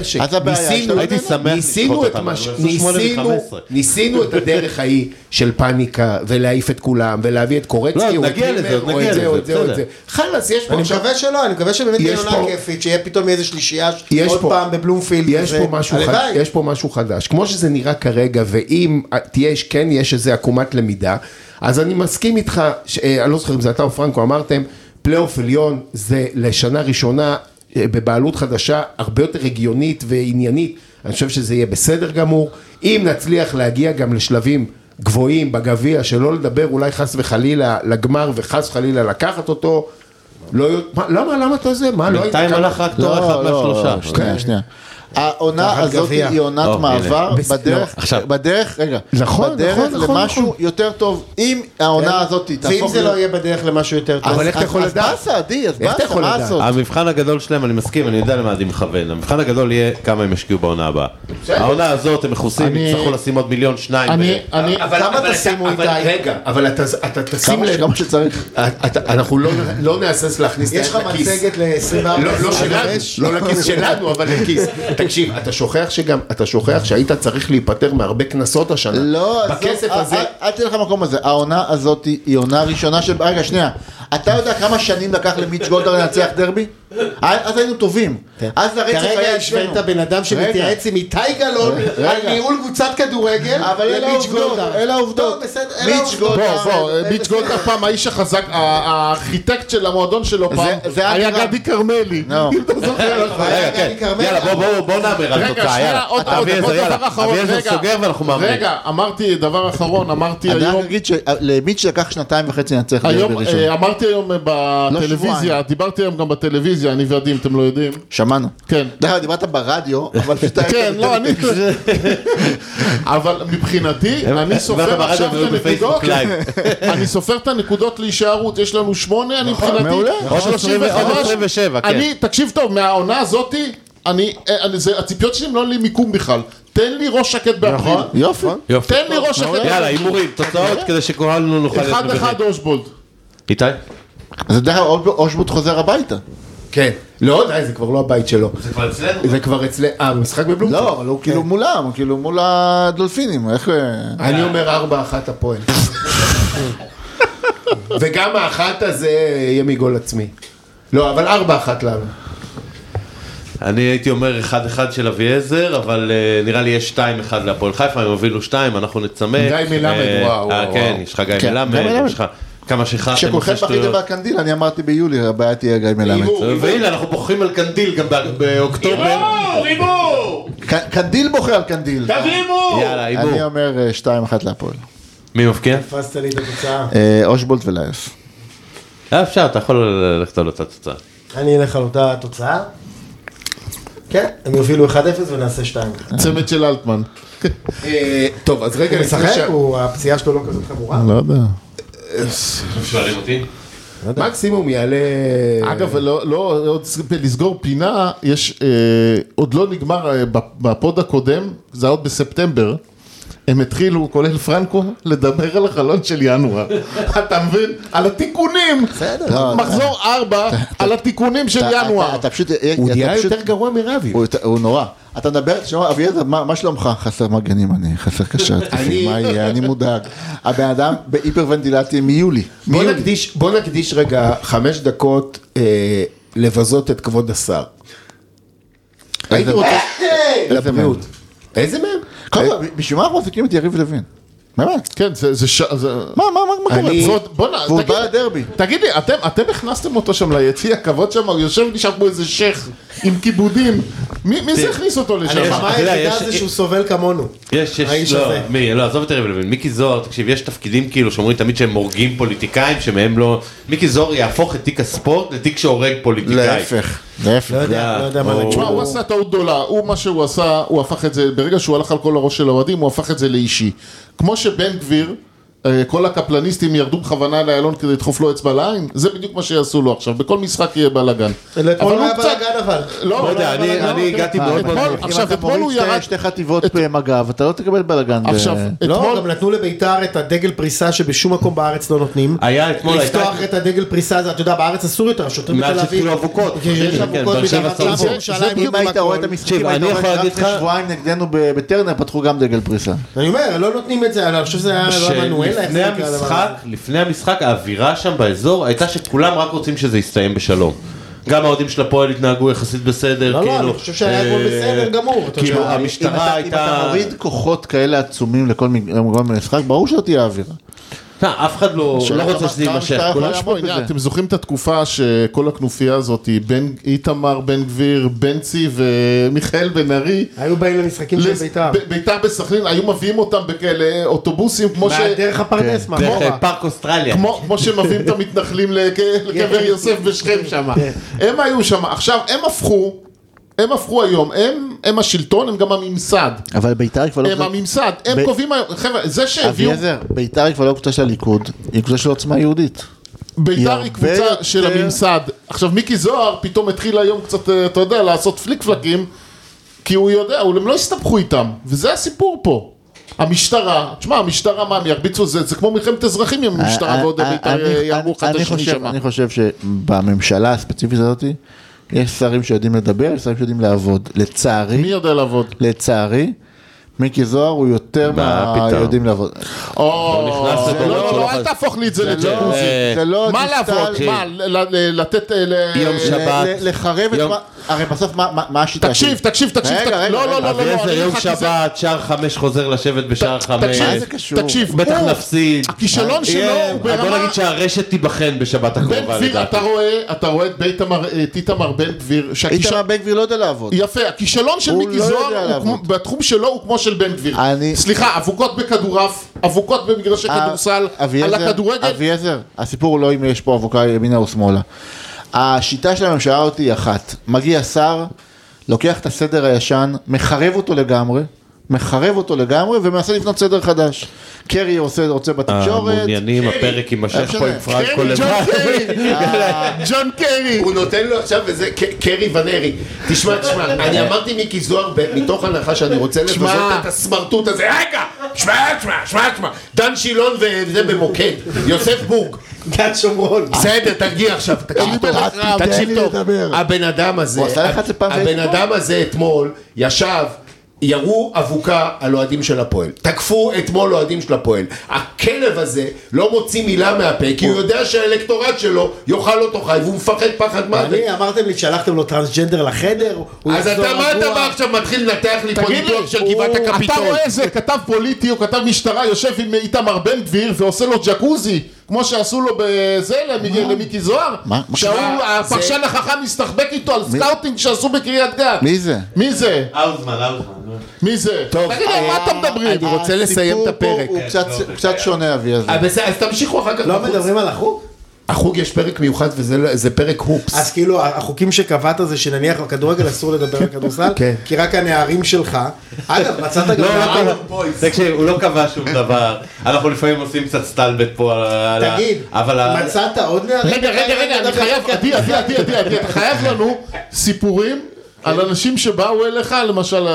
שניסינו את הדרך ההיא של פאניקה, ולהעיף את כולם, ולהביא את קורצקי, לא, נגיע לזה, בסדר. חלס, יש פה... אני מקווה שלא, אני מקווה שבאמת תהיה עונה כיפית, שיהיה פתאום איזה שלישייה עוד פעם בבלומפילד. יש פה משהו חדש, כמו שזה נראה כרגע, ואם כן יש איזה עקומת למידה, אז אני מסכים איתך, אני לא זוכר אם זה אתה או פרנקו, אמרתם, פלייאוף עליון זה לשנה ראשונה בבעלות חדשה, הרבה יותר הגיונית ועניינית, אני חושב שזה יהיה בסדר גמור, אם נצליח להגיע גם לשלבים גבוהים בגביע, שלא לדבר אולי חס וחלילה לגמר וחס וחלילה לקחת אותו, למה אתה זה? בינתיים הלך רק תואר אחד מהשלושה. שנייה. העונה הזאת היא עונת מעבר בדרך למשהו יותר טוב. אם העונה הזאת תהפוך... ואם זה לא יהיה בדרך למשהו יותר טוב. אבל איך אתה יכול לדעת? אז באסה, מה לעשות? המבחן הגדול שלהם, אני מסכים, אני יודע למה אני מכוון. המבחן הגדול יהיה כמה הם ישקיעו בעונה הבאה. העונה הזאת, הם מכוסים, יצטרכו לשים עוד 1,2 מיליון. כמה תשימו איתי? רגע, אבל אתה תשים לב... כמה שצריך. אנחנו לא נעשס להכניס את יש לך מצגת ל-24 לא לכיס שלנו, אבל לכיס. תקשיב, אתה שוכח שהיית צריך להיפטר מהרבה כנסות השנה. לא, בכסף הזה... אל תלך למקום הזה. העונה הזאת היא עונה ראשונה של... רגע, שנייה. אתה יודע כמה שנים לקח למיץ' גולדהר לנצח דרבי? אז היינו טובים. אז הרצף היה כרגע השווית בן אדם שמתייעץ עם איתי גלאון על ניהול קבוצת כדורגל למיץ' גולדהר. אלה העובדות. מיץ' גולדהר פעם, האיש החזק, הארכיטקט של המועדון שלו פעם, היה גדי קרמלי. אם אתה זוכר. יאללה, בואו נאמר על תוצאה, יאללה. אביעזר סוגר ואנחנו מאמרים. רגע, אמרתי דבר אחרון, אמרתי אני היום... רק אגיד שלמיץ' לקח 2.5 לנצח דרבי ראשון. אמרתי היום בטלוויזיה, דיברתי היום גם בטלוויזיה, אני ועדים, אתם לא יודעים. שמענו. כן. דיברת ברדיו, אבל פשוט... כן, לא, אני... אבל מבחינתי, אני סופר עכשיו את הנקודות. אני סופר את הנקודות להישארות, יש לנו 8, אני מבחינתי... מעולה. עוד 27, כן. אני, תקשיב טוב, מהעונה הזאת, הציפיות שלי לא לי מיקום בכלל. תן לי ראש שקט באפריל. יופי. תן לי ראש שקט באפריל. יאללה, הימורים, תוצאות כדי שכולנו נוכל... 1-1 אושבולד. איתי? אז דרך אושבולד חוזר הביתה. כן. לא, די, זה כבר לא הבית שלו. זה כבר אצלנו? זה כבר אצלנו. במשחק בבלומפילד. לא, אבל הוא כאילו מולם, הוא כאילו מול הדולפינים. אני אומר 4-1 הפועל. וגם האחת הזה יהיה מגול עצמי. לא, אבל 4-1 לנו. אני הייתי אומר 1-1 של אביעזר, אבל נראה לי יש 2-1 להפועל חיפה, הם הובילו 2, אנחנו נצמק. גיא מלמד, וואו. כן, יש לך גיא מלמד, יש לך כמה שחרתם. כשכולכם בכיתם מהקנדיל, אני אמרתי ביולי, הבעיה תהיה גיא מלמד. והנה, אנחנו בוחרים על קנדיל גם באוקטובר. הימור! קנדיל בוחר על קנדיל. תרימו! יאללה, הימור. אני אומר 2-1 להפועל. מי מבקיע? תפסת לי את התוצאה. אושבולד ולייס. אפשר, אתה יכול ללכת על אותה תוצאה. אני אלך על אותה תוצאה. כן, הם יובילו 1-0 ונעשה 2-1. צמד של אלטמן. טוב, אז רגע, הוא משחק? הפציעה שלו לא כזאת חמורה? לא יודע. שואלים אותי? מקסימום יעלה... אגב, לא, לסגור פינה, יש, עוד לא נגמר, בפוד הקודם, זה עוד בספטמבר, הם התחילו, כולל פרנקו, לדבר על החלון של ינואר. אתה מבין? על התיקונים. מחזור 4, על התיקונים של ינואר. הוא נהיה יותר גרוע מרבי. הוא נורא. אתה מדבר, תשמע, אביעזר, מה שלומך? חסר מגנים, חסר קשר. מה יהיה? אני מודאג. הבן אדם בהיפרוונטילציה מיולי. בוא נקדיש רגע 5 דקות לבזות את כבוד השר. הייתי רוצה... איזה מהם? איזה מהם? בשביל מה אנחנו מפסיקים את יריב לוין? באמת? כן, זה... מה קורה? והוא בא לדרבי. תגיד לי, אתם הכנסתם אותו שם ליציע, הכבוד שם, הוא יושב נשאר כמו איזה שייך עם כיבודים. מי זה הכניס אותו לשם? מה היחידה זה שהוא סובל כמונו? לא, עזוב את יריב לוין. מיקי זוהר, תקשיב, יש תפקידים כאילו שאומרים תמיד שהם מורגים פוליטיקאים, שמהם לא... מיקי זוהר יהפוך את תיק הספורט לתיק שהורג פוליטיקאי. להפך. לא יודע מה להגיד. תשמע, הוא עשה טעות גדולה, מה שהוא עשה, הוא הפך את זה, ברגע שהוא הלך על כל הראש של האוהדים, הוא הפך את זה לאישי. כמו שבן גביר כל הקפלניסטים ירדו בכוונה לאיילון כדי לדחוף לו אצבע לעין, זה בדיוק מה שיעשו לו עכשיו, בכל משחק יהיה בלגן. אתמול היה בלגן אבל. לא יודע, אני הגעתי מאוד מאוד... עכשיו, אתמול הוא ירד... שתי חטיבות במג"ב, אתה לא תקבל בלגן. עכשיו, לא, גם נתנו לביתר את הדגל פריסה שבשום מקום בארץ לא נותנים. היה אתמול... לפתוח את הדגל פריסה הזה, אתה יודע, בארץ אסור יותר, השוטרים בתל אביב. כאילו אבוקות. יש אבוקות אם היית רואה את המשחקים, היית רואה רק לפני שבועיים נגדנו בטרנר, פתחו גם דגל פריסה. אני אומר, לא נותנים את זה, אני חושב שזה היה לפני המשחק, האווירה שם באזור הייתה שכולם רק רוצים שזה יסתיים בשלום. גם האוהדים של הפועל התנהגו יחסית בסדר. לא, אני חושב שהיה הכל בסדר גמור. כאילו המשטרה הייתה... אם אתה מוריד כוחות כאלה עצומים לכל משחק, ברור שלא תהיה אווירה. אף אחד לא רוצה שזה יימשך. אתם זוכרים את התקופה שכל הכנופיה הזאת, איתמר בן גביר, בנצי ומיכאל בן ארי, היו באים למשחקים של ביתר. ביתר בסכנין, היו מביאים אותם בכאלה אוטובוסים, כמו דרך הפרדס, דרך פארק אוסטרליה. כמו שמביאים את המתנחלים לקבר יוסף בשכם שם. הם היו שם, עכשיו הם הפכו היום, הם השלטון, הם גם הממסד. אבל ביתר כבר לא... הם הממסד, הם קובעים היום, חבר'ה, זה שהביאו... אביעזר, ביתר היא כבר לא קבוצה של הליכוד, היא קבוצה של עוצמה יהודית. ביתר היא קבוצה של הממסד. עכשיו מיקי זוהר פתאום התחיל היום קצת, אתה יודע, לעשות פליק פלקים, כי הוא יודע, הם לא הסתבכו איתם, וזה הסיפור פה. המשטרה, תשמע, המשטרה מה, הם ירביצו, זה כמו מלחמת אזרחים עם המשטרה, ועוד יעברו חד השני שם. אני חושב שבממשלה הספציפית הזאת, יש שרים שיודעים לדבר, יש שרים שיודעים לעבוד. לצערי... מי יודע לעבוד? לצערי, מיקי זוהר הוא יותר מהיודעים לעבוד. לא, אל תהפוך לי את זה לג'קוזי. זה לא... מה לעבוד? מה, לתת... יום שבת. לחרב את... הרי בסוף מה השיטה? תקשיב. לא. יום שבת, שער 5 חוזר לשבת בשער 5. מה זה קשור? תקשיב, בטח נפסיד. הכישלון שלו הוא ברמה... בוא נגיד שהרשת תיבחן בשבת הקרובה. אתה רואה את איתמר בן גביר. איתמר בן גביר לא יודע לעבוד. יפה, הכישלון של מיקי זוהר בתחום שלו הוא כמו של בן גביר. סליחה, אבוקות בכדורף, אבוקות במגרשי כדורסל, על הכדורגל. אביעזר, הסיפור הוא לא אם יש פה אבוקה ימינה או שמאלה. השיטה של הממשלה אותי היא אחת. מגיע שר, לוקח את הסדר הישן, מחרב אותו לגמרי, ומנסה לבנות סדר חדש. קרי רוצה בתקשורת. המעוניינים, הפרק יימשך פה עם פרנקו לבד. ג'ון קרי. הוא נותן לו עכשיו וזה קרי ונרי. תשמע, אני אמרתי מיקי זוהר מתוך הנחה שאני רוצה לבזות את הסמרטוט הזה. רגע, שמע. דן שילון וזה במוקד. יוסף בורג. גד שומרון. בסדר, תרגיע עכשיו. תקשיב טוב. הבן אדם הזה אתמול ישב, ירו אבוקה על אוהדים של הפועל. תקפו אתמול אוהדים של הפועל. הכלב הזה לא מוציא מילה מהפה, כי הוא יודע שהאלקטורט שלו יאכל אותו חי, והוא מפחד פחד מוות. אמרתם לי, שלחתם לו טרנסג'נדר לחדר? אז מה אתה בא עכשיו מתחיל לנתח לי פה ניתוח של גבעת הקפיטול? אתה רואה איזה כתב פוליטי או כתב משטרה יושב עם איתמר בן גביר ועושה לו ג'קוזי, כמו שעשו לו בזה למיקי זוהר, שהפרשן החכם מסתחבק איתו על סקאוטינג שעשו בקריית גת. מי זה? אוזמן. מי זה? תגיד לי, מה אתם מדברים? אני רוצה לסיים את הפרק. הוא קצת שונה אביעזר. אז תמשיכו אחר כך. לא מדברים על החוג? החוג יש פרק מיוחד וזה פרק הופס. אז כאילו החוקים שקבעת זה שנניח בכדורגל אסור לדבר על כדורסל, כי רק הנערים שלך, אגב מצאת גם נערים. הוא לא קבע שום דבר, אנחנו לפעמים עושים קצת סטלבט פה. תגיד, מצאת עוד נערים? רגע, אני חייב, עדי, אתה חייב לנו סיפורים על אנשים שבאו אליך, למשל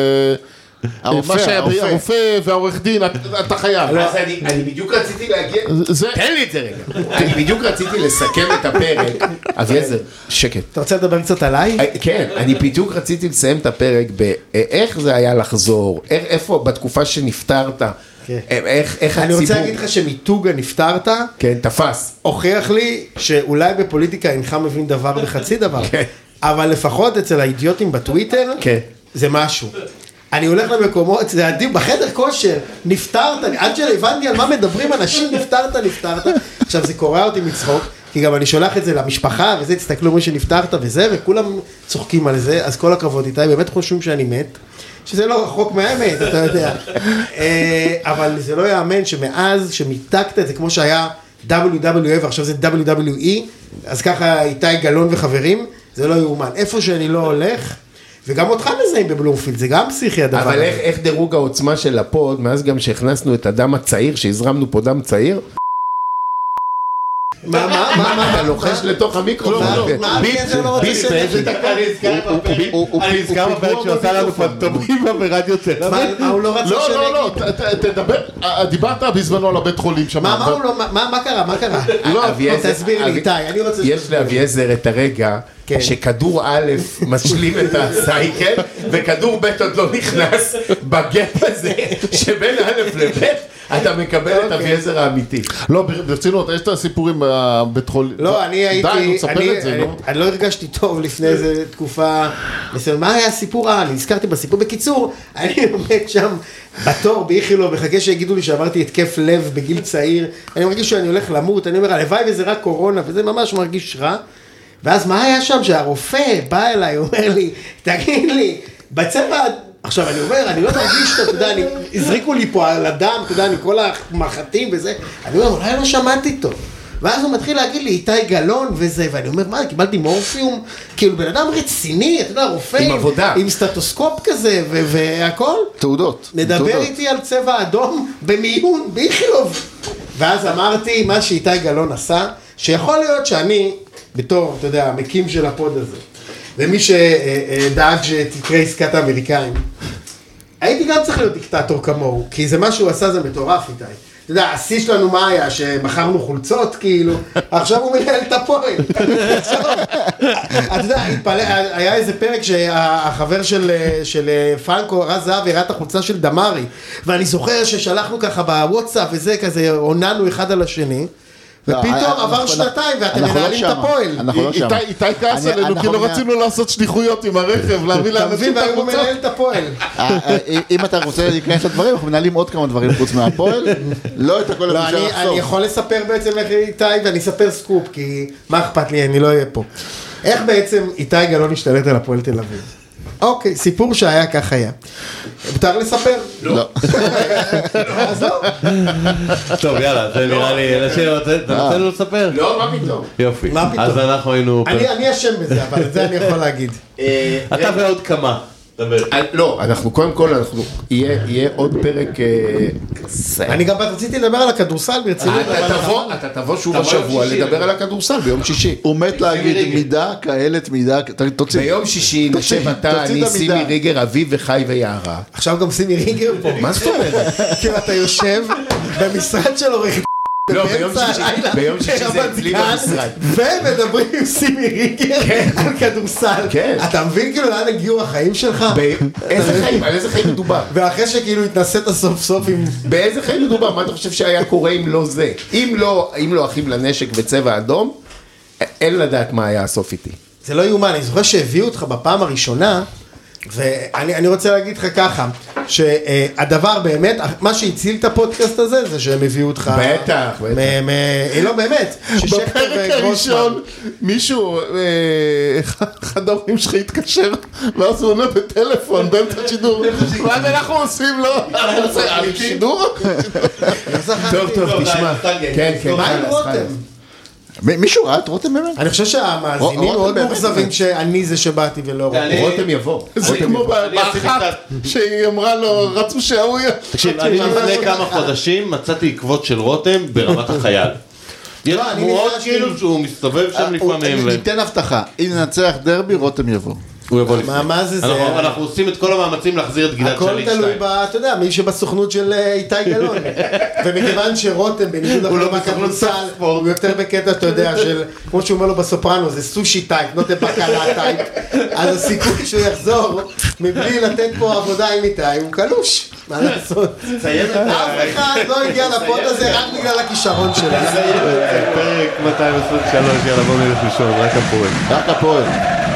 הרופא והעורך דין, אתה חייב. אז אני בדיוק רציתי להגיע, תן לי את זה רגע, אני בדיוק רציתי לסכם את הפרק, אביעזר, שקט. אתה רוצה לדבר קצת עליי? כן, אני בדיוק רציתי לסיים את הפרק באיך זה היה לחזור, איפה בתקופה שנפטרת, איך הציבור... אני רוצה להגיד לך שמיתוגה נפטרת, כן, תפס. הוכיח לי שאולי בפוליטיקה אינך מבין דבר וחצי דבר, אבל לפחות אצל האידיוטים בטוויטר, זה משהו. אני הולך למקומות, זה עדיף, בחדר כושר, נפטרת, עד שהבנתי על מה מדברים אנשים, נפטרת. עכשיו זה קורא אותי מצחוק, כי גם אני שולח את זה למשפחה, וזה, תסתכלו מי שנפטרת וזה, וכולם צוחקים על זה, אז כל הכבוד איתי, באמת חושבים שאני מת, שזה לא רחוק מהאמת, אתה יודע. אבל זה לא יאמן שמאז שמיתקת את זה, כמו שהיה WWF, ועכשיו זה WWE, אז ככה איתי גלון וחברים, זה לא יאומן. איפה שאני לא הולך, וגם אותך מזהים בבלומפילד, זה גם פסיכי הדבר. אבל איך דירוג העוצמה של הפוד, מאז גם שהכנסנו את הדם הצעיר, שהזרמנו פה דם צעיר? מה? אתה לוחש לתוך המיקרופון. ביס באיזה דקה אני נזכר בפרק שעושה לנו פנטומימה ברדיו תל אביב. מה הוא לא רצה שנגיד? לא, תדבר, דיברת בזמנו על הבית חולים שם. מה קרה? תסביר לי, איתי, אני רוצה... יש לאביעזר את הרגע שכדור א' משלים את הסייקל, וכדור ב' עוד לא נכנס בגט הזה, שבין א' לב' אתה מקבל את אביעזר האמיתי. לא, ברצינות, יש את הסיפורים בבית חולים. לא, אני הייתי... די, נו, תספר את זה, נו. אני לא הרגשתי טוב לפני איזה תקופה. מה היה הסיפור? אני הזכרתי בסיפור. בקיצור, אני עומד שם בתור באיכילוב, מחכה שיגידו לי שעברתי התקף לב בגיל צעיר. אני מרגיש שאני הולך למות, אני אומר, הלוואי וזה רק קורונה, וזה ממש מרגיש רע. ואז מה היה שם? שהרופא בא אליי, אומר לי, תגיד לי, בצבע... עכשיו אני אומר, אני לא מרגיש, אתה יודע, הזריקו לי פה על הדם, אתה יודע, מכל המחטים וזה, אני אומר, אולי לא שמעתי טוב. ואז הוא מתחיל להגיד לי, איתי גלון וזה, ואני אומר, מה, קיבלתי מורפיום? כאילו, בן אדם רציני, אתה יודע, רופא, עם עבודה. עם סטטוסקופ כזה, והכל. תעודות. נדבר איתי על צבע אדום במיון, באיכילוב. ואז אמרתי, מה שאיתי גלון עשה, שיכול להיות שאני, בתור, אתה יודע, המקים של הפוד הזה, ומי שדאג שתקרה עסקת האמריקאים, הייתי גם צריך להיות דיקטטור כמוהו, כי זה מה שהוא עשה, זה מטורף איתי. אתה יודע, השיא שלנו מה היה, שמכרנו חולצות, כאילו, עכשיו הוא מנהל את הפועל. אתה יודע, היה איזה פרק שהחבר של פרנקו, רז זהב, הראה את החולצה של דמרי, ואני זוכר ששלחנו ככה בוואטסאפ וזה, כזה, עוננו אחד על השני, ופתאום עבר שנתיים ואתם מנהלים את הפועל. איתי כעס עלינו, כי לא רצינו לעשות שליחויות עם הרכב, להביא לאנשים את והוא מנהל את הפועל. אם אתה רוצה להיכנס לדברים, אנחנו מנהלים עוד כמה דברים חוץ מהפועל, לא את הכל אפשר לחשוף. אני יכול לספר בעצם איך איתי, ואני אספר סקופ, כי מה אכפת לי, אני לא אהיה פה. איך בעצם איתי גלון השתלט על הפועל תל אביב? אוקיי, סיפור שהיה כך היה. מותר לספר? לא. אז לא. טוב, יאללה, זה נראה לי, אתה רוצה לו לספר? לא, מה פתאום? יופי. מה פתאום? אז אנחנו היינו... אני אשם בזה, אבל את זה אני יכול להגיד. אתה ועוד כמה. לא, אנחנו קודם כל, יהיה עוד פרק... אני גם רציתי לדבר על הכדורסל ברצינות. אתה תבוא שוב השבוע לדבר על הכדורסל ביום שישי. הוא מת להגיד מידה, כאלת מידה, תוציא. ביום שישי נשב אתה, אני, סימי ריגר, אביב וחי ויערה. עכשיו גם סימי ריגר פה. מה זאת אומרת? כאילו אתה יושב במשרד של עורך לא, ביום שישי זה אצלי במשרד. ומדברים עם סימי ריגר על כדורסל. אתה מבין כאילו לאן הגיעו החיים שלך? איזה חיים? על איזה חיים מדובר? ואחרי שכאילו התנסית סוף סוף עם... באיזה חיים מדובר? מה אתה חושב שהיה קורה אם לא זה? אם לא אחים לנשק וצבע אדום, אין לדעת מה היה הסוף איתי. זה לא יאומן, אני זוכר שהביאו אותך בפעם הראשונה, ואני רוצה להגיד לך ככה, שהדבר באמת, מה שהציל את הפודקאסט הזה, זה שהם הביאו אותך... בטח. לא, באמת. בפרק הראשון, מישהו, אחד ההורים שלך התקשר, ואז הוא עונה בטלפון, באמצע שידור. ואז אנחנו עושים לו, על שידור? טוב, תשמע. מה עם רותם? מישהו ראה את רותם באמת? אני חושב שהמאזינים מאוד מוחזבים שאני זה שבאתי ולא רותם. רותם יבוא. זה כמו באחת שהיא אמרה לו, רצו שההוא יהיה. תקשיב, אני לפני כמה חודשים מצאתי עקבות של רותם ברמת החייל. יש תמורות כאילו שהוא מסתובב שם לפעמים. ניתן הבטחה, אם ננצח דרבי רותם יבוא. הוא יבוא לפני. מה זה? אנחנו עושים את כל המאמצים להחזיר את גלעד הכל שליט תלוי אתה יודע, מי שבסוכנות של איתי גלון. ומכיוון שרותם, בניגוד אחר מהכדורסל, הוא יותר בקטע, אתה יודע, של, כמו שהוא אומר לו בסופרנו, זה סושי טייפ, נוטה בקלה טייפ. אז הסיכוי שהוא יחזור, מבלי לתת פה עבודה עם איתי, הוא קלוש. מה לעשות? אף אחד לא הגיע לפוד הזה רק בגלל הכישרון שלו. פרק 223, יאללה בוא נלך לישון, רק הפועל. רק הפועל.